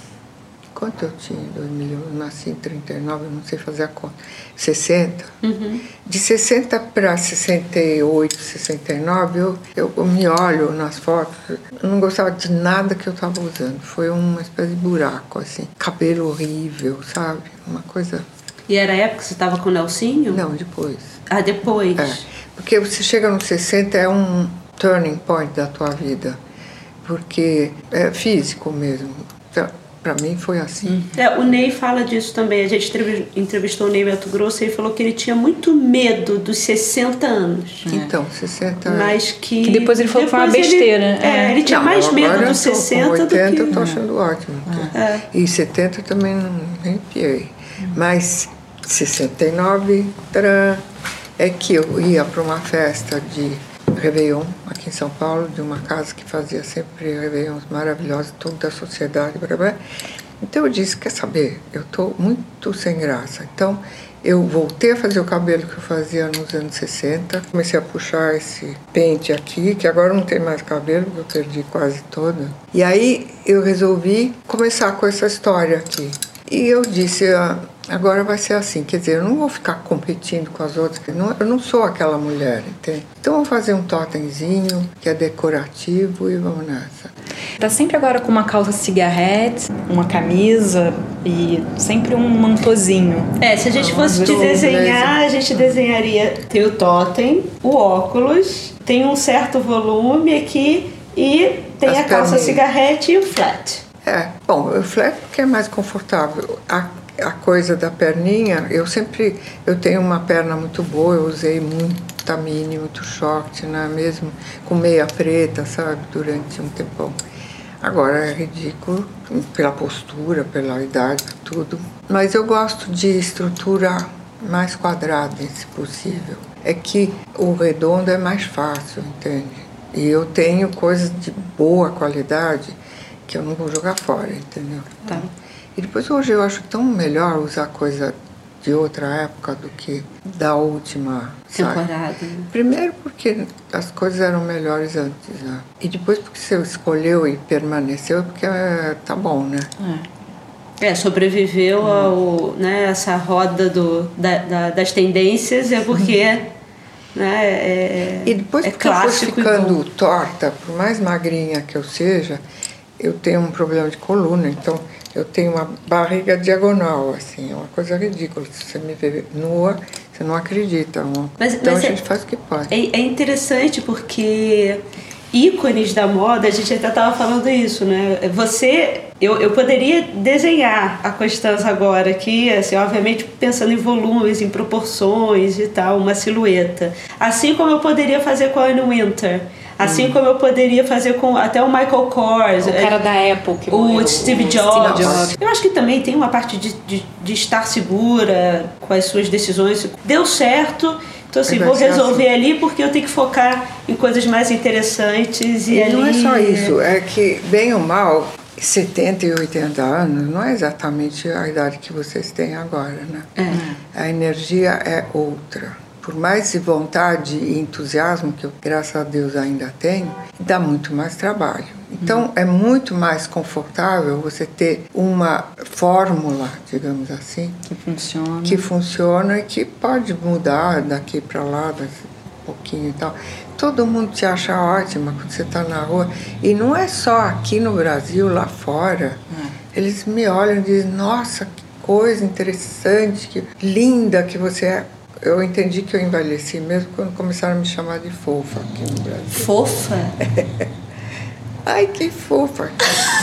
[SPEAKER 1] Quanto eu tinha em dois mil e um? Eu nasci em trinta e nove, eu não sei fazer a conta. sessenta. Uhum. De sessenta para sessenta e oito, sessenta e nove, eu, eu, eu me olho nas fotos, eu não gostava de nada que eu estava usando. Foi uma espécie de buraco, assim. Cabelo horrível, sabe? Uma coisa...
[SPEAKER 2] E era a época que você estava com o Nelsinho?
[SPEAKER 1] Não, depois.
[SPEAKER 2] Ah, depois?
[SPEAKER 1] É, porque você chega nos sessenta, é um turning point da tua vida. Porque é físico mesmo. Então, pra mim foi assim.
[SPEAKER 2] É, o Ney fala disso também. A gente entrevistou o Ney Mato Grosso e ele falou que ele tinha muito medo dos sessenta anos.
[SPEAKER 1] É. Então, sessenta...
[SPEAKER 2] Mas que...
[SPEAKER 3] Que depois ele falou que foi uma besteira.
[SPEAKER 2] Ele, é, ele tinha não, mais medo dos sessenta
[SPEAKER 1] com oitenta,
[SPEAKER 2] do que...
[SPEAKER 1] eu tô achando ótimo. É. E setenta também não arrepiei. Mas sessenta e nove, tcharam, é que eu ia para uma festa de Réveillon, aqui em São Paulo, de uma casa que fazia sempre Réveillons maravilhosos, toda a sociedade, blá, blá. Então eu disse, quer saber, eu estou muito sem graça. Então eu voltei a fazer o cabelo que eu fazia nos anos sessenta, comecei a puxar esse pente aqui, que agora não tem mais cabelo, porque eu perdi quase todo. E aí eu resolvi começar com essa história aqui. E eu disse, agora vai ser assim, quer dizer, eu não vou ficar competindo com as outras, eu não sou aquela mulher, entende? Então eu vou fazer um totemzinho que é decorativo e vamos nessa.
[SPEAKER 3] Tá sempre agora com uma calça cigarrete, uma camisa e sempre um mantozinho.
[SPEAKER 2] É, se a gente fosse te desenhar, a gente desenharia, tem o totem, o óculos, tem um certo volume aqui e tem a calça cigarrete e o flat.
[SPEAKER 1] É, bom, o flat porque é mais confortável. A, a coisa da perninha, eu sempre, eu tenho uma perna muito boa, eu usei muita mini, muito short, né, mesmo com meia preta, sabe, durante um tempão. Agora é ridículo, pela postura, pela idade, tudo. Mas eu gosto de estrutura mais quadrada, se possível. É que o redondo é mais fácil, entende? E eu tenho coisas de boa qualidade que eu não vou jogar fora, entendeu? Tá. E depois hoje eu acho tão melhor usar coisa de outra época do que da última
[SPEAKER 2] temporada.
[SPEAKER 1] Primeiro porque as coisas eram melhores antes, né? E depois porque você escolheu e permaneceu, porque é, tá bom, né?
[SPEAKER 2] É, é sobreviveu hum. ao, né, essa roda do, da, da, das tendências, é porque... Né, é,
[SPEAKER 1] e depois
[SPEAKER 2] é
[SPEAKER 1] porque eu fui ficando torta, por mais magrinha que eu seja, eu tenho um problema de coluna, então eu tenho uma barriga diagonal, assim, é uma coisa ridícula. Se você me vê nua, você não acredita. Mas, então mas a gente é, faz o que pode.
[SPEAKER 2] É, é interessante porque ícones da moda, a gente até estava falando isso, né? Você, eu, eu poderia desenhar a Constança agora aqui, assim, obviamente pensando em volumes, em proporções e tal, uma silhueta. Assim como eu poderia fazer com a Anne Winter. Assim hum. como eu poderia fazer com até o Michael Kors.
[SPEAKER 3] O cara da Apple. Que
[SPEAKER 2] o
[SPEAKER 3] morreu,
[SPEAKER 2] Steve, Jobs. Steve Jobs. Eu acho que também tem uma parte de, de, de estar segura com as suas decisões. Deu certo, então assim, vou resolver assim. ali porque eu tenho que focar em coisas mais interessantes. E,
[SPEAKER 1] e
[SPEAKER 2] ali...
[SPEAKER 1] não é só isso, é que bem ou mal, setenta e oitenta anos não é exatamente a idade que vocês têm agora, né? É. A energia é outra. por mais vontade e entusiasmo que eu, graças a Deus, ainda tenho, dá muito mais trabalho. Então, hum. é muito mais confortável você ter uma fórmula, digamos assim,
[SPEAKER 3] que funciona,
[SPEAKER 1] que funciona e que pode mudar daqui para lá, um pouquinho e tal. Todo mundo te acha ótima quando você está na rua. E não é só aqui no Brasil, lá fora. Hum. Eles me olham e dizem, nossa, que coisa interessante, que linda que você é. Eu entendi que eu envelheci mesmo quando começaram a me chamar de fofa aqui no Brasil.
[SPEAKER 3] Fofa?
[SPEAKER 1] Ai, que fofa.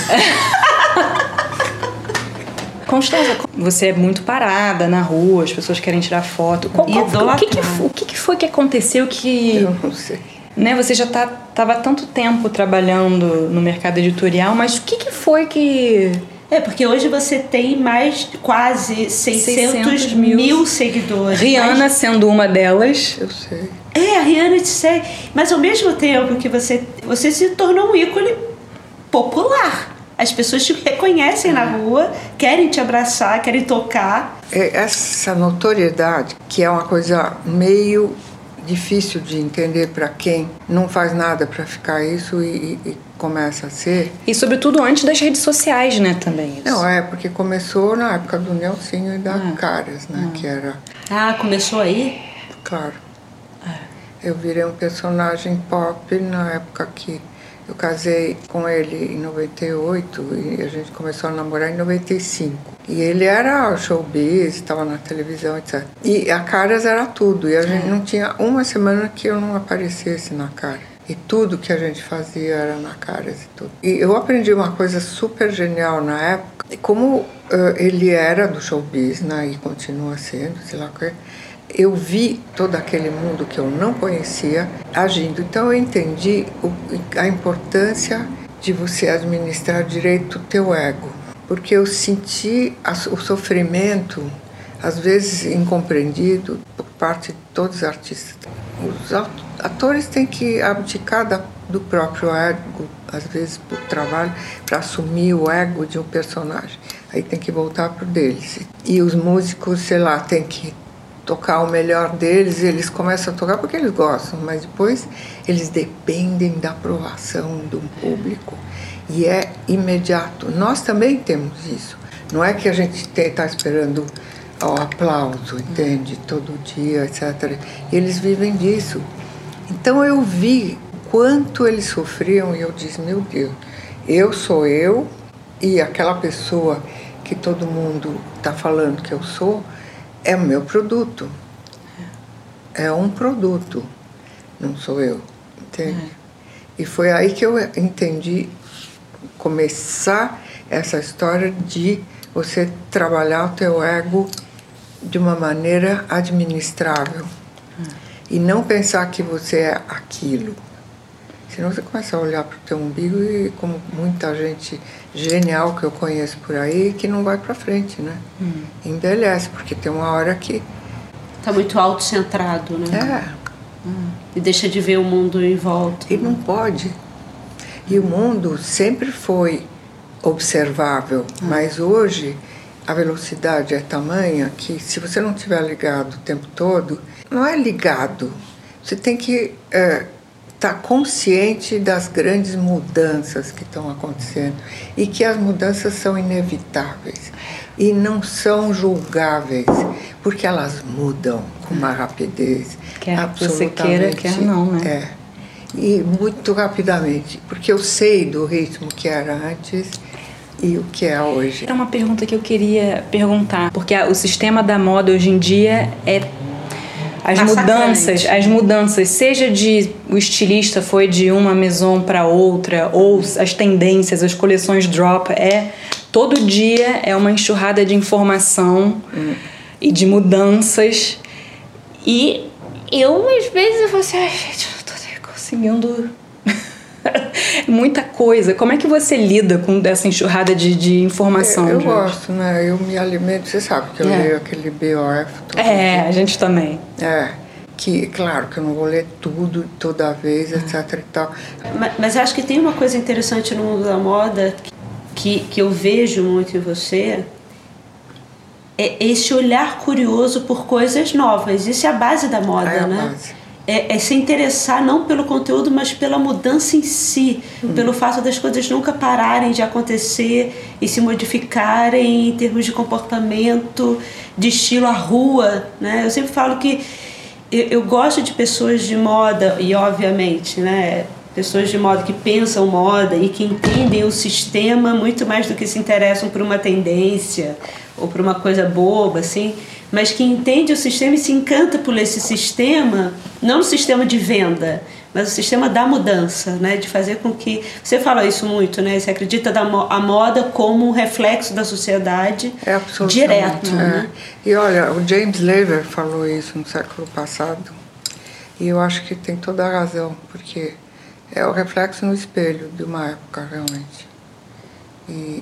[SPEAKER 3] Constanza, você é muito parada na rua, as pessoas querem tirar foto. Qual, qual, o, que que, o que que foi que aconteceu que...
[SPEAKER 1] Eu não sei.
[SPEAKER 3] Né, você já estava tá, há tanto tempo trabalhando no mercado editorial, mas o que, que foi que...
[SPEAKER 2] É, porque hoje você tem mais de quase seiscentos mil seguidores.
[SPEAKER 3] Rihanna
[SPEAKER 2] mas...
[SPEAKER 3] sendo uma delas.
[SPEAKER 1] Eu sei.
[SPEAKER 2] É, a Rihanna te segue. Mas ao mesmo tempo que você, você se tornou um ícone popular. As pessoas te reconhecem na rua, querem te abraçar, querem tocar.
[SPEAKER 1] É essa notoriedade, que é uma coisa meio difícil de entender para quem não faz nada para ficar isso e, e começa a ser.
[SPEAKER 3] E sobretudo antes das redes sociais, né, também. Isso.
[SPEAKER 1] Não, é, porque começou na época do Nelsinho e da ah. Caras, né, ah. que era...
[SPEAKER 2] Ah, começou aí?
[SPEAKER 1] Claro. Ah. Eu virei um personagem pop na época que eu casei com ele em noventa e oito e a gente começou a namorar em noventa e cinco. E ele era showbiz, estava na televisão, etcétera. E a Caras era tudo. E a gente não tinha uma semana que eu não aparecesse na Caras. E tudo que a gente fazia era na Caras e tudo. E eu aprendi uma coisa super genial na época. Como uh, ele era do showbiz, né, e continua sendo, sei lá o que, eu vi todo aquele mundo que eu não conhecia agindo. Então eu entendi o, a importância de você administrar direito o teu ego. Porque eu senti a, o sofrimento, às vezes incompreendido, por parte de todos os artistas. Os atores têm que abdicar da, do próprio ego, às vezes por trabalho, para assumir o ego de um personagem. Aí tem que voltar pro deles. E os músicos, sei lá, têm que tocar o melhor deles, eles começam a tocar porque eles gostam, mas depois eles dependem da aprovação do público e é imediato. Nós também temos isso. Não é que a gente está esperando o aplauso, entende? Todo dia, etcétera. E eles vivem disso. Então eu vi quanto eles sofriam e eu disse, meu Deus, eu sou eu e aquela pessoa que todo mundo está falando que eu sou, é o meu produto. É um produto. Não sou eu. Entende? É. E foi aí que eu entendi começar essa história de você trabalhar o teu ego de uma maneira administrável. É. E não pensar que você é aquilo. Senão você começa a olhar para o teu umbigo e, como muita gente genial que eu conheço por aí, que não vai para frente, né? Hum. Envelhece, porque tem uma hora que...
[SPEAKER 2] Tá muito autocentrado, né?
[SPEAKER 1] É.
[SPEAKER 2] Hum. E deixa de ver o mundo em volta.
[SPEAKER 1] E não pode. E o mundo sempre foi observável, hum. mas hoje a velocidade é tamanha que, se você não estiver ligado o tempo todo, não é ligado. Você tem que... É, está consciente das grandes mudanças que estão acontecendo e que as mudanças são inevitáveis e não são julgáveis, porque elas mudam com uma rapidez.
[SPEAKER 3] Quer absolutamente, você queira, quer não, né?
[SPEAKER 1] É, e muito rapidamente, porque eu sei do ritmo que era antes e o que é hoje.
[SPEAKER 3] Era uma pergunta que eu queria perguntar, porque o sistema da moda hoje em dia é As mudanças, as mudanças, seja de o estilista foi de uma maison para outra, ou as tendências, as coleções drop, é todo dia é uma enxurrada de informação hum. e de mudanças. E eu, às vezes, eu falo assim, ai, gente, eu não tô conseguindo muita coisa. Como é que você lida com essa enxurrada de, de informação?
[SPEAKER 1] Eu, eu
[SPEAKER 3] de
[SPEAKER 1] gosto, né? Eu me alimento, você sabe que eu é. leio aquele B O F.
[SPEAKER 3] É, dia. A gente também.
[SPEAKER 1] É, que claro que eu não vou ler tudo, toda vez, etc e tal.
[SPEAKER 2] Mas, mas eu acho que tem uma coisa interessante no mundo da moda que, que eu vejo muito em você, é esse olhar curioso por coisas novas. Isso é a base da moda,
[SPEAKER 1] é a
[SPEAKER 2] né?
[SPEAKER 1] Base.
[SPEAKER 2] É, é se interessar não pelo conteúdo, mas pela mudança em si, hum. pelo fato das coisas nunca pararem de acontecer e se modificarem em termos de comportamento, de estilo à rua, né? Eu sempre falo que eu, eu gosto de pessoas de moda e, obviamente, né, pessoas de moda que pensam moda e que entendem o sistema muito mais do que se interessam por uma tendência ou por uma coisa boba, assim, mas que entende o sistema e se encanta por esse sistema, não o sistema de venda, mas o sistema da mudança, né? De fazer com que... Você fala isso muito, né? Você acredita da mo- a moda como um reflexo da sociedade
[SPEAKER 1] é
[SPEAKER 2] direto.
[SPEAKER 1] É.
[SPEAKER 2] Né?
[SPEAKER 1] E olha, o James Lever falou isso no século passado, e eu acho que tem toda a razão, porque é o reflexo no espelho de uma época, realmente. E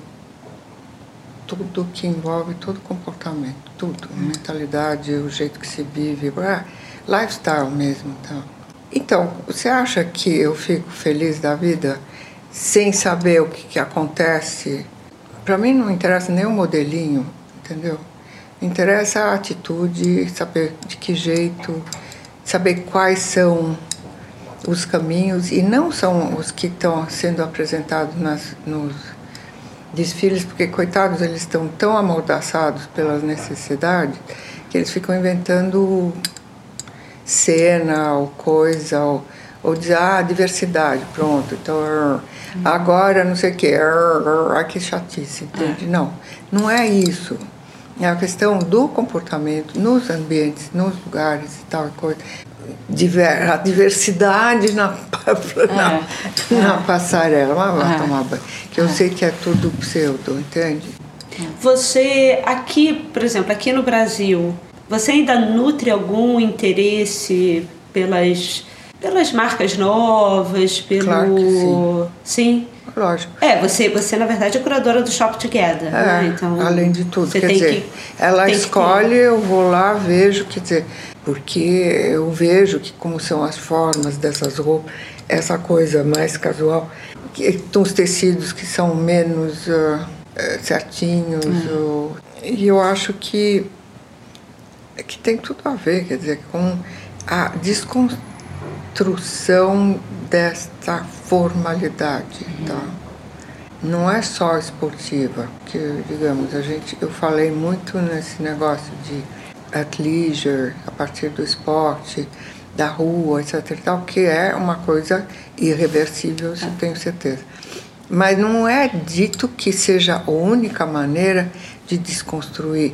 [SPEAKER 1] tudo que envolve todo comportamento, tudo, a mentalidade, o jeito que se vive, lifestyle mesmo. Então. então, você acha que eu fico feliz da vida sem saber o que, que acontece? Para mim não interessa nem o modelinho, entendeu? Interessa a atitude, saber de que jeito, saber quais são os caminhos, e não são os que estão sendo apresentados nas, nos desfiles, porque, coitados, eles estão tão amordaçados pelas necessidades que eles ficam inventando cena ou coisa, ou, ou dizer, ah, diversidade, pronto, então, agora não sei o quê, ah, que chatice, entende? Não, não é isso. É a questão do comportamento nos ambientes, nos lugares e tal coisa. Diver, a diversidade na, na, é. na passarela, mas vai é. tomar banho. Que eu é. sei que é tudo pseudo, entende?
[SPEAKER 2] Você, aqui, por exemplo, aqui no Brasil, você ainda nutre algum interesse pelas, pelas marcas novas? Pelo...
[SPEAKER 1] Claro que sim.
[SPEAKER 2] Sim?
[SPEAKER 1] Lógico.
[SPEAKER 2] É, você, você na verdade é curadora do Shop Together,
[SPEAKER 1] é,
[SPEAKER 2] né? Então,
[SPEAKER 1] além de tudo,
[SPEAKER 2] você
[SPEAKER 1] quer
[SPEAKER 2] tem
[SPEAKER 1] dizer,
[SPEAKER 2] que,
[SPEAKER 1] ela
[SPEAKER 2] tem
[SPEAKER 1] escolhe, que... eu vou lá, vejo, quer dizer, porque eu vejo que como são as formas dessas roupas, essa coisa mais casual, que, os tecidos que são menos uh, certinhos, hum. uh, e eu acho que, que tem tudo a ver, quer dizer, com a desconstrução desta formalidade, tá? Não é só esportiva, que, digamos, a gente, eu falei muito nesse negócio de athleisure, a partir do esporte, da rua, etc e tal, que é uma coisa irreversível, eu tenho certeza. Mas não é dito que seja a única maneira de desconstruir,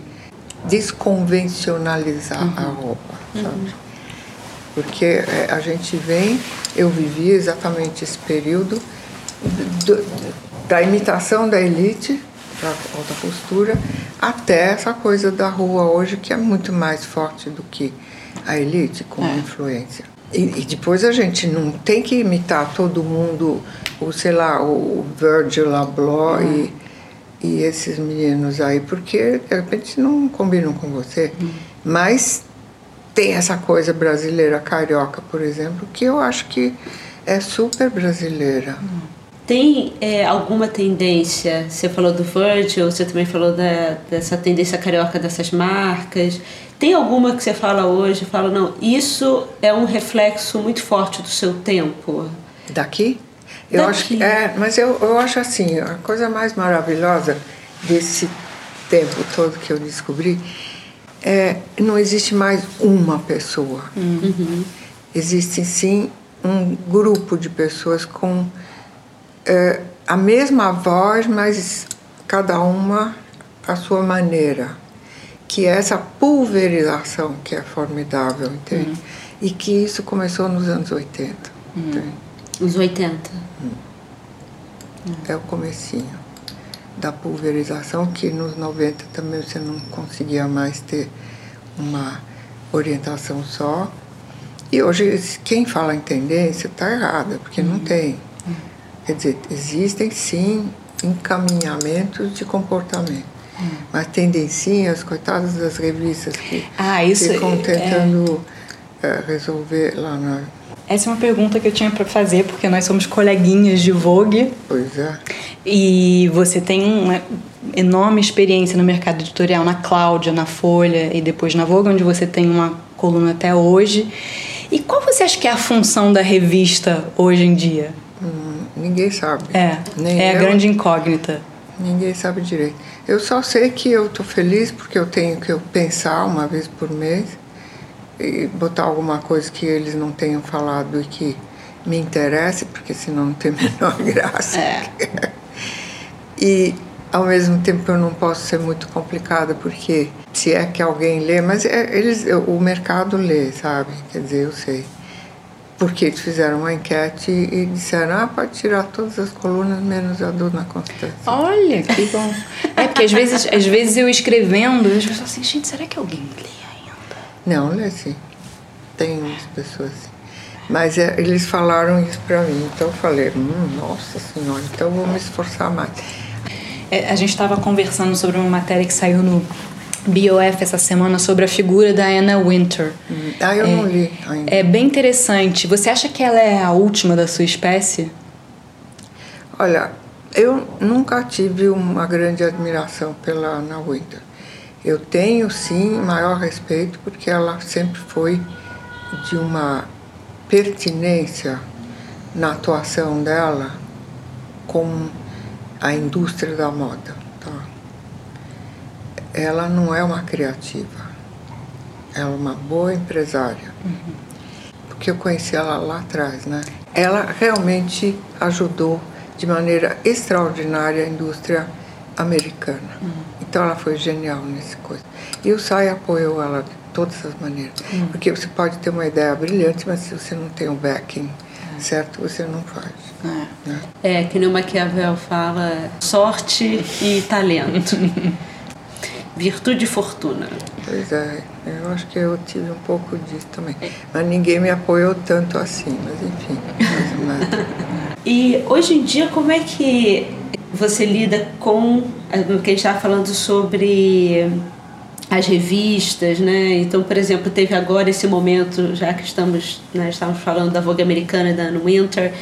[SPEAKER 1] desconvencionalizar uhum. a roupa, sabe? Uhum. Porque a gente vem, eu vivi exatamente esse período do, da imitação da elite, da alta costura, até essa coisa da rua hoje, que é muito mais forte do que a elite como é. influência. E, e depois a gente não tem que imitar todo mundo, ou sei lá, o Virgil Abloh é. e, e esses meninos aí, porque de repente não combinam com você. Hum. Mas tem essa coisa brasileira, carioca, por exemplo, que eu acho que é super brasileira.
[SPEAKER 2] Tem é, alguma tendência, você falou do Virgil, você também falou da, dessa tendência carioca dessas marcas, tem alguma que você fala hoje, fala, não, isso é um reflexo muito forte do seu tempo?
[SPEAKER 1] Daqui? Eu
[SPEAKER 2] Daqui.
[SPEAKER 1] acho que é, mas eu, eu acho assim, a coisa mais maravilhosa desse tempo todo que eu descobri é, não existe mais uma pessoa.
[SPEAKER 2] Uhum.
[SPEAKER 1] Existe sim um grupo de pessoas com é, a mesma voz, mas cada uma a sua maneira. Que é essa pulverização que é formidável, entende? Uhum. E que isso começou nos anos oitenta.
[SPEAKER 2] Uhum. Entende? Nos oitenta?
[SPEAKER 1] Uhum. Uhum. É o comecinho da pulverização, que nos noventa também você não conseguia mais ter uma orientação só. E hoje, quem fala em tendência está errada, porque uhum. não tem. Uhum. Quer dizer, existem sim encaminhamentos de comportamento, uhum. mas tendencinhas, coitadas das revistas que
[SPEAKER 3] ah, isso
[SPEAKER 1] ficam tentando é... É, resolver lá na...
[SPEAKER 3] Essa é uma pergunta que eu tinha para fazer, porque nós somos coleguinhas de Vogue.
[SPEAKER 1] Pois é.
[SPEAKER 3] E você tem uma enorme experiência no mercado editorial, na Cláudia, na Folha e depois na Vogue, onde você tem uma coluna até hoje. E qual você acha que é a função da revista hoje em dia?
[SPEAKER 1] Hum, ninguém sabe.
[SPEAKER 3] É,
[SPEAKER 1] Nem
[SPEAKER 3] é
[SPEAKER 1] eu,
[SPEAKER 3] a grande incógnita.
[SPEAKER 1] Ninguém sabe direito. Eu só sei que eu estou feliz porque eu tenho que pensar uma vez por mês e botar alguma coisa que eles não tenham falado e que me interesse, porque senão não tem a menor graça.
[SPEAKER 3] É.
[SPEAKER 1] E, ao mesmo tempo, eu não posso ser muito complicada, porque se é que alguém lê, mas é, eles, o mercado lê, sabe? Quer dizer, eu sei. Porque eles fizeram uma enquete e disseram, ah, pode tirar todas as colunas, menos a Dona Constância.
[SPEAKER 3] Olha, que bom. É, porque às vezes, às vezes eu escrevendo, eu falo assim, gente, será que alguém lê ainda?
[SPEAKER 1] Não, lê sim. Tem umas pessoas assim. Mas é, eles falaram isso pra mim, então eu falei, hum, nossa senhora, então eu vou me esforçar mais.
[SPEAKER 3] É, a gente estava conversando sobre uma matéria que saiu no B O F essa semana sobre a figura da Anna Wintour.
[SPEAKER 1] Hum. Ah, eu é, não li ainda.
[SPEAKER 3] É bem interessante. Você acha que ela é a última da sua espécie?
[SPEAKER 1] Olha, eu nunca tive uma grande admiração pela Anna Wintour. Eu tenho, sim, maior respeito, porque ela sempre foi de uma pertinência na atuação dela com a indústria da moda. Tá? Ela não é uma criativa, ela é uma boa empresária. Uhum. Porque eu conheci ela lá atrás, né? Ela realmente ajudou de maneira extraordinária a indústria americana. Uhum. Então ela foi genial nesse coisa. E o S A I apoiou ela de todas as maneiras. Uhum. Porque você pode ter uma ideia brilhante, mas se você não tem o backing uhum. certo, você não faz.
[SPEAKER 2] É, né? É que no Maquiavel fala sorte e talento. Virtude e fortuna.
[SPEAKER 1] Pois é, eu acho que eu tive um pouco disso também. Mas ninguém me apoiou tanto assim, mas enfim. Mais ou menos.
[SPEAKER 2] E hoje em dia, como é que você lida com o que a gente estava falando sobre as revistas, né? Então, por exemplo, teve agora esse momento, já que estamos, né, estamos falando da Vogue americana e da Anna Wintour,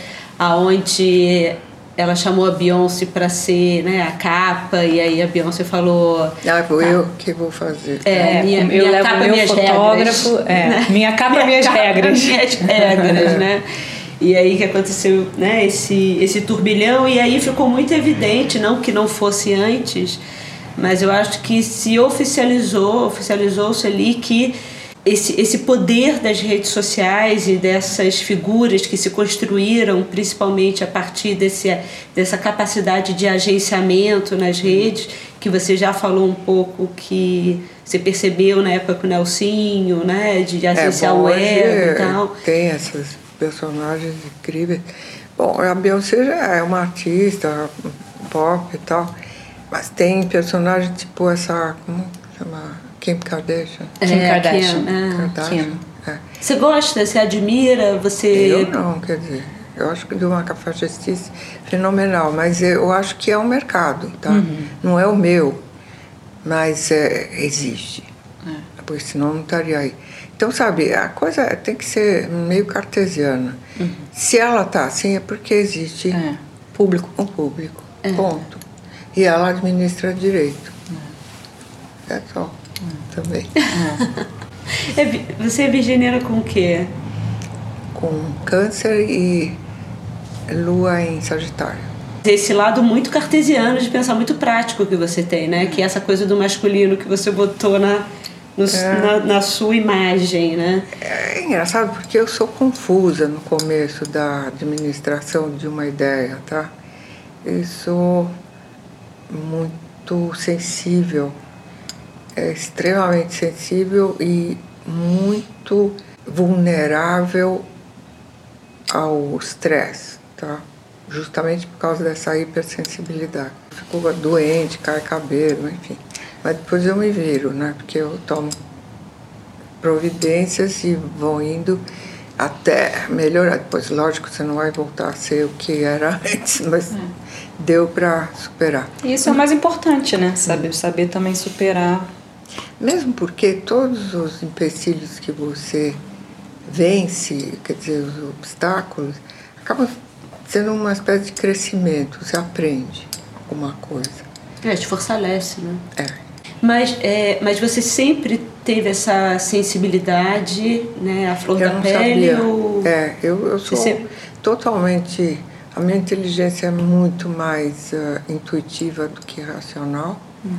[SPEAKER 2] aonde ela chamou a Beyoncé para ser, né, a capa, e aí a Beyoncé falou...
[SPEAKER 1] Ah, vou tá. eu que vou fazer.
[SPEAKER 2] É, minha,
[SPEAKER 3] eu
[SPEAKER 2] minha
[SPEAKER 3] levo
[SPEAKER 2] capa,
[SPEAKER 3] meu
[SPEAKER 2] minhas
[SPEAKER 3] fotógrafo,
[SPEAKER 2] regras.
[SPEAKER 3] É,
[SPEAKER 2] né?
[SPEAKER 3] Minha capa,
[SPEAKER 2] minha
[SPEAKER 3] minhas
[SPEAKER 2] capa,
[SPEAKER 3] regras.
[SPEAKER 2] Minhas regras, né? E aí que aconteceu, né, esse, esse turbilhão, e aí ficou muito evidente, não que não fosse antes, mas eu acho que se oficializou, oficializou-se ali que esse, esse poder das redes sociais e dessas figuras que se construíram, principalmente a partir desse, dessa capacidade de agenciamento nas redes, que você já falou um pouco que você percebeu na época com o Nelsinho, né, de agenciar
[SPEAKER 1] é, bom,
[SPEAKER 2] o web e tal.
[SPEAKER 1] Tem essas personagens incríveis. Bom, a Beyoncé já é uma artista pop e tal, mas tem personagens tipo essa, como chama? Kim Kardashian.
[SPEAKER 3] É, Kim Kardashian.
[SPEAKER 1] Kim. É. Kardashian.
[SPEAKER 3] Kim.
[SPEAKER 1] É.
[SPEAKER 2] Você gosta? Você admira? Você...
[SPEAKER 1] Eu não, quer dizer, eu acho que de uma cafajestice fenomenal, mas eu acho que é um mercado, tá? Uhum. Não é o meu, mas é, existe. É. Porque senão não estaria aí. Então, sabe, a coisa tem que ser meio cartesiana. Uhum. Se ela tá assim, é porque existe
[SPEAKER 3] é. público.
[SPEAKER 1] Um público, é. ponto. E ela administra direito. É, é só, é. também.
[SPEAKER 2] É. Você é virginiana com o quê?
[SPEAKER 1] Com câncer e lua em Sagitário.
[SPEAKER 2] Esse lado muito cartesiano de pensar, muito prático que você tem, né? Que é essa coisa do masculino que você botou na... No, é. na, na sua imagem, né?
[SPEAKER 1] É engraçado porque eu sou confusa no começo da administração de uma ideia, tá? Eu sou muito sensível, é extremamente sensível e muito vulnerável ao estresse, tá? Justamente por causa dessa hipersensibilidade. Fico doente, cai cabelo, enfim. Mas depois eu me viro, né? Porque eu tomo providências e vou indo até melhorar. Depois, lógico, você não vai voltar a ser o que era antes, mas é. deu para superar.
[SPEAKER 3] Isso é o mais importante, né? Saber, saber também superar.
[SPEAKER 1] Mesmo porque todos os empecilhos que você vence, quer dizer, os obstáculos, acabam sendo uma espécie de crescimento, você aprende. alguma coisa.
[SPEAKER 2] É, te fortalece, né?
[SPEAKER 1] É.
[SPEAKER 2] Mas, é, mas você sempre teve essa sensibilidade, né? A flor
[SPEAKER 1] eu
[SPEAKER 2] da
[SPEAKER 1] não
[SPEAKER 2] pele?
[SPEAKER 1] Sabia.
[SPEAKER 2] Ou...
[SPEAKER 1] É, eu, eu sou
[SPEAKER 2] sempre...
[SPEAKER 1] totalmente... A minha inteligência é muito mais uh, intuitiva do que racional. Hum.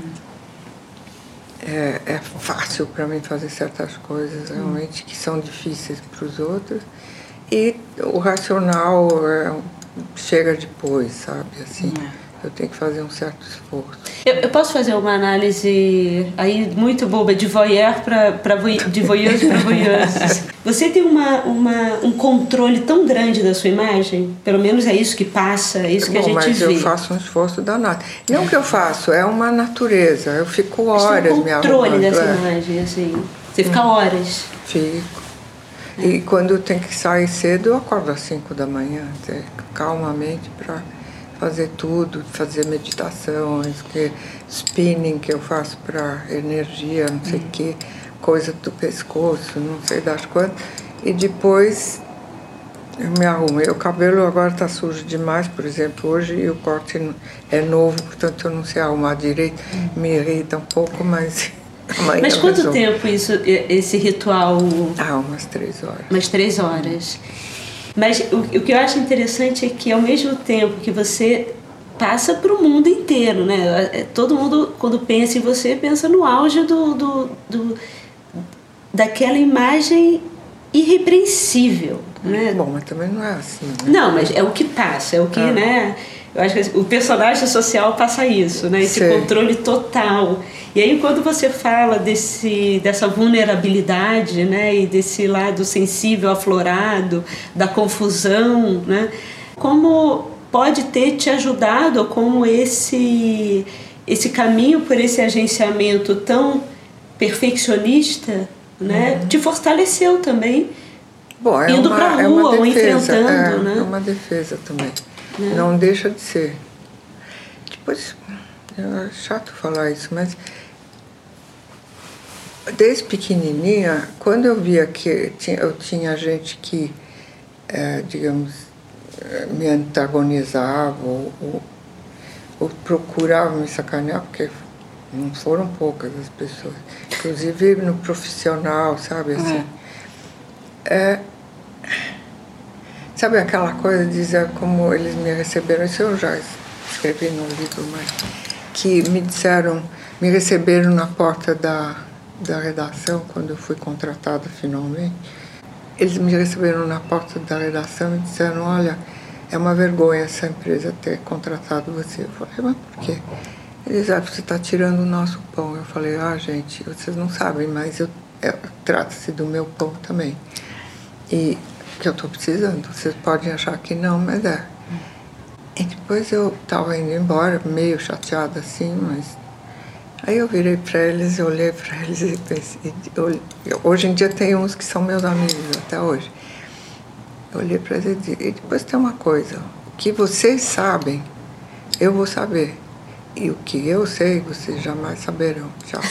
[SPEAKER 1] É, é fácil para mim fazer certas coisas realmente hum. que são difíceis para os outros. E o racional é, chega depois, sabe? Assim, hum. eu tenho que fazer um certo esforço.
[SPEAKER 2] Eu, eu posso fazer uma análise aí muito boba de voyeur para de voyeuse para voyeuse. Você tem uma, uma, um controle tão grande da sua imagem? Pelo menos é isso que passa, é isso que
[SPEAKER 1] Bom,
[SPEAKER 2] a gente
[SPEAKER 1] mas
[SPEAKER 2] vê.
[SPEAKER 1] Mas eu faço um esforço danado. Não que eu faço, é uma natureza. Eu fico horas me arrumando.
[SPEAKER 2] Controle dessa é. imagem, assim. Você fica horas.
[SPEAKER 1] Fico. É. E quando eu tenho que sair cedo, eu acordo às cinco da manhã, calmamente, para fazer tudo, fazer meditações, que, spinning que eu faço para energia, não sei o hum. que, coisa do pescoço, não sei das quantas. E depois eu me arrumo. E o cabelo agora está sujo demais, por exemplo, hoje, e o corte é novo, portanto eu não sei arrumar direito. Hum. Me irrita um pouco, mas amanhã
[SPEAKER 2] Mas quanto
[SPEAKER 1] resolvo.
[SPEAKER 2] tempo isso, esse ritual?
[SPEAKER 1] Ah, umas três horas.
[SPEAKER 2] Umas três horas. Mas o, o que eu acho interessante é que, ao mesmo tempo que você passa para o mundo inteiro, né? Todo mundo, quando pensa em você, pensa no auge do, do, do, daquela imagem irrepreensível, né?
[SPEAKER 1] Bom, mas também não é assim, né?
[SPEAKER 2] Não, mas é o que passa, é o que, ah. né? Eu acho que o personagem social passa isso, né? Esse Sei. controle total. E aí, quando você fala desse, dessa vulnerabilidade, né? E desse lado sensível, aflorado, da confusão, né? Como pode ter te ajudado, ou como esse, esse caminho por esse agenciamento tão perfeccionista, né? Uhum. Te fortaleceu também.
[SPEAKER 1] Bom, é
[SPEAKER 2] indo
[SPEAKER 1] uma,
[SPEAKER 2] para a rua,
[SPEAKER 1] é uma defesa,
[SPEAKER 2] ou enfrentando,
[SPEAKER 1] é,
[SPEAKER 2] né?
[SPEAKER 1] É uma defesa também.
[SPEAKER 2] Né?
[SPEAKER 1] Não deixa de ser. Depois, é chato falar isso, mas desde pequenininha, quando eu via que eu tinha gente que, é, digamos, me antagonizava ou, ou, ou procurava me sacanear, porque não foram poucas as pessoas, inclusive no profissional, sabe, assim. Uhum. É, sabe aquela coisa de dizer como eles me receberam, isso eu já escrevi no livro, mas que me disseram, me receberam na porta da, da redação, quando eu fui contratada finalmente. Eles me receberam na porta da redação e disseram, olha, é uma vergonha essa empresa ter contratado você. Eu falei, mas por quê? Eles disseram, você está tirando o nosso pão. Eu falei, ah, gente, vocês não sabem, mas eu, eu trata-se do meu pão também. E que eu estou precisando. Vocês podem achar que não, mas é. E depois eu estava indo embora, meio chateada assim, mas... Aí eu virei para eles, eu olhei para eles e pensei... Eu, eu, hoje em dia tem uns que são meus amigos, até hoje. Eu olhei para eles e disse, e depois tem uma coisa, o que vocês sabem, eu vou saber. E o que eu sei, vocês jamais saberão. Tchau.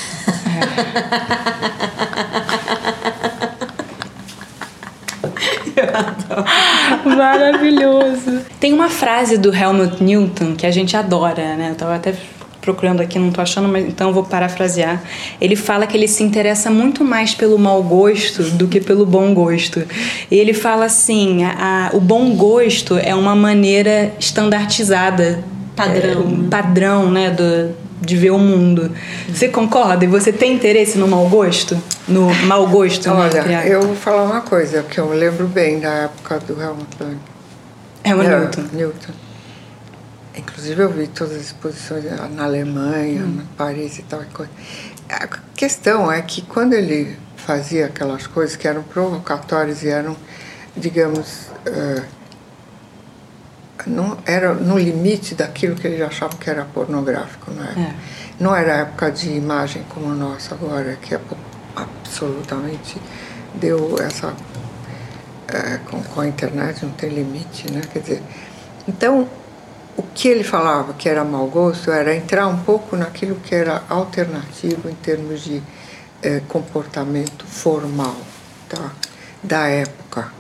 [SPEAKER 3] Eu adoro. Maravilhoso. Tem uma frase do Helmut Newton que a gente adora, né? Eu tava até procurando aqui, não tô achando, mas então eu vou parafrasear. Ele fala que ele se interessa muito mais pelo mau gosto do que pelo bom gosto. E ele fala assim, a, a, o bom gosto é uma maneira estandartizada, padrão, é, padrão, né, do, de ver o mundo. Você concorda? E você tem interesse no mau gosto? No mau gosto?
[SPEAKER 1] Olha,
[SPEAKER 3] né?
[SPEAKER 1] eu vou falar uma coisa que eu lembro bem da época do Helmut
[SPEAKER 3] Helmut Newton.
[SPEAKER 1] Newton. Inclusive eu vi todas as exposições na Alemanha, hum. em Paris e tal. A questão é que quando ele fazia aquelas coisas que eram provocatórias e eram, digamos, uh, não, era no limite daquilo que ele achava que era pornográfico, não é? É. Não era a época de imagem como a nossa agora, que é absolutamente deu essa... É, com, com a internet não tem limite, né? Quer dizer, então... O que ele falava que era mau gosto era entrar um pouco naquilo que era alternativo em termos de eh, comportamento formal, tá? Da época.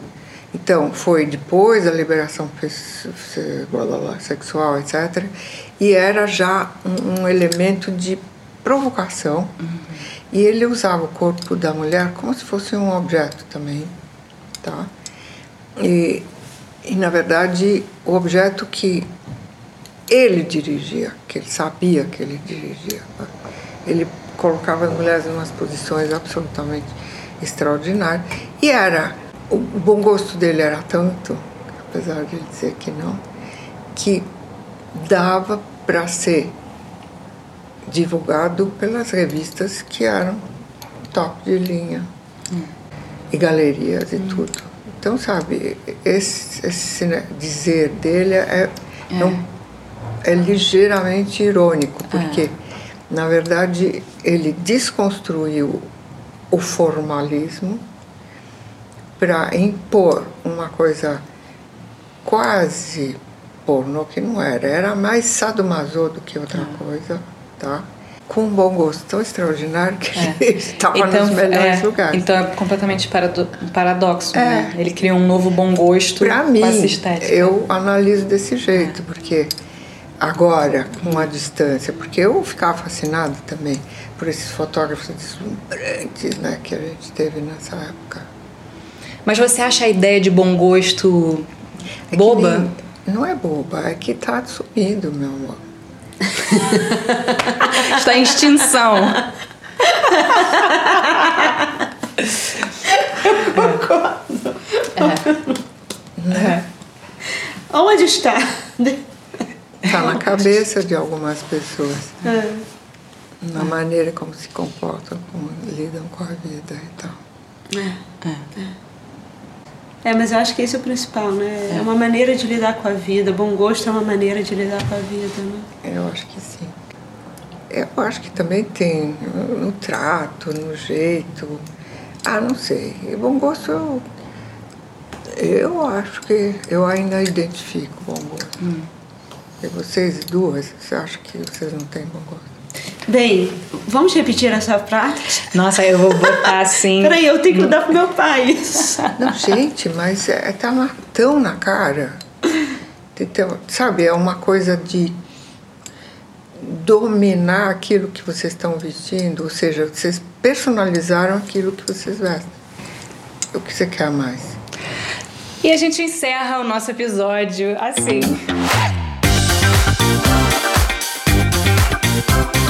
[SPEAKER 1] Então, foi depois da liberação sexual, etcétera. E era já um, um elemento de provocação. Uhum. E ele usava o corpo da mulher como se fosse um objeto também, tá? E, e na verdade, o objeto que ele dirigia, que ele sabia que ele dirigia. Ele colocava as mulheres em umas posições absolutamente extraordinárias. E era... O bom gosto dele era tanto, apesar de ele dizer que não, que dava para ser divulgado pelas revistas que eram top de linha, hum. e galerias e hum. tudo. Então, sabe, esse, esse né, dizer dele é, é. Um, é ligeiramente irônico, porque, é. na verdade, ele desconstruiu o formalismo para impor uma coisa quase pornô, que não era, era mais sadomaso do que outra ah. coisa, tá? Com um bom gosto tão extraordinário que é. ele estava então, nos melhores
[SPEAKER 3] é,
[SPEAKER 1] lugares.
[SPEAKER 3] Então é completamente parado, paradoxo, é. né? Ele cria um novo bom gosto
[SPEAKER 1] pra mim,
[SPEAKER 3] com essa estética.
[SPEAKER 1] Eu analiso desse jeito, é. porque agora, com a distância, porque eu ficava fascinada também por esses fotógrafos deslumbrantes, né, que a gente teve nessa época.
[SPEAKER 3] Mas você acha a ideia de bom gosto é boba?
[SPEAKER 1] Nem, não é boba, é que está sumindo, meu amor.
[SPEAKER 3] Está em extinção.
[SPEAKER 2] Eu concordo.
[SPEAKER 1] É. É.
[SPEAKER 2] Onde está?
[SPEAKER 1] Está na cabeça de algumas pessoas. É. Na maneira como se comportam, como lidam com a vida e tal.
[SPEAKER 2] É. É. É. É, mas eu acho que esse é o principal, né? É. é uma maneira de lidar com a vida. Bom gosto é uma maneira de lidar com a vida, né?
[SPEAKER 1] Eu acho que sim. Eu acho que também tem no trato, no jeito. Ah, não sei. E bom gosto, eu, eu acho que eu ainda identifico bom gosto. Hum. E vocês duas, você acha que vocês não têm bom gosto?
[SPEAKER 2] Bem, vamos repetir essa frase?
[SPEAKER 3] Nossa, eu vou botar assim...
[SPEAKER 2] Peraí, eu tenho que dar pro meu pai.
[SPEAKER 1] Não, gente, mas é, tá lá, tão na cara. Então, sabe, é uma coisa de dominar aquilo que vocês estão vestindo, ou seja, vocês personalizaram aquilo que vocês vestem. O que você quer mais?
[SPEAKER 3] E a gente encerra o nosso episódio assim.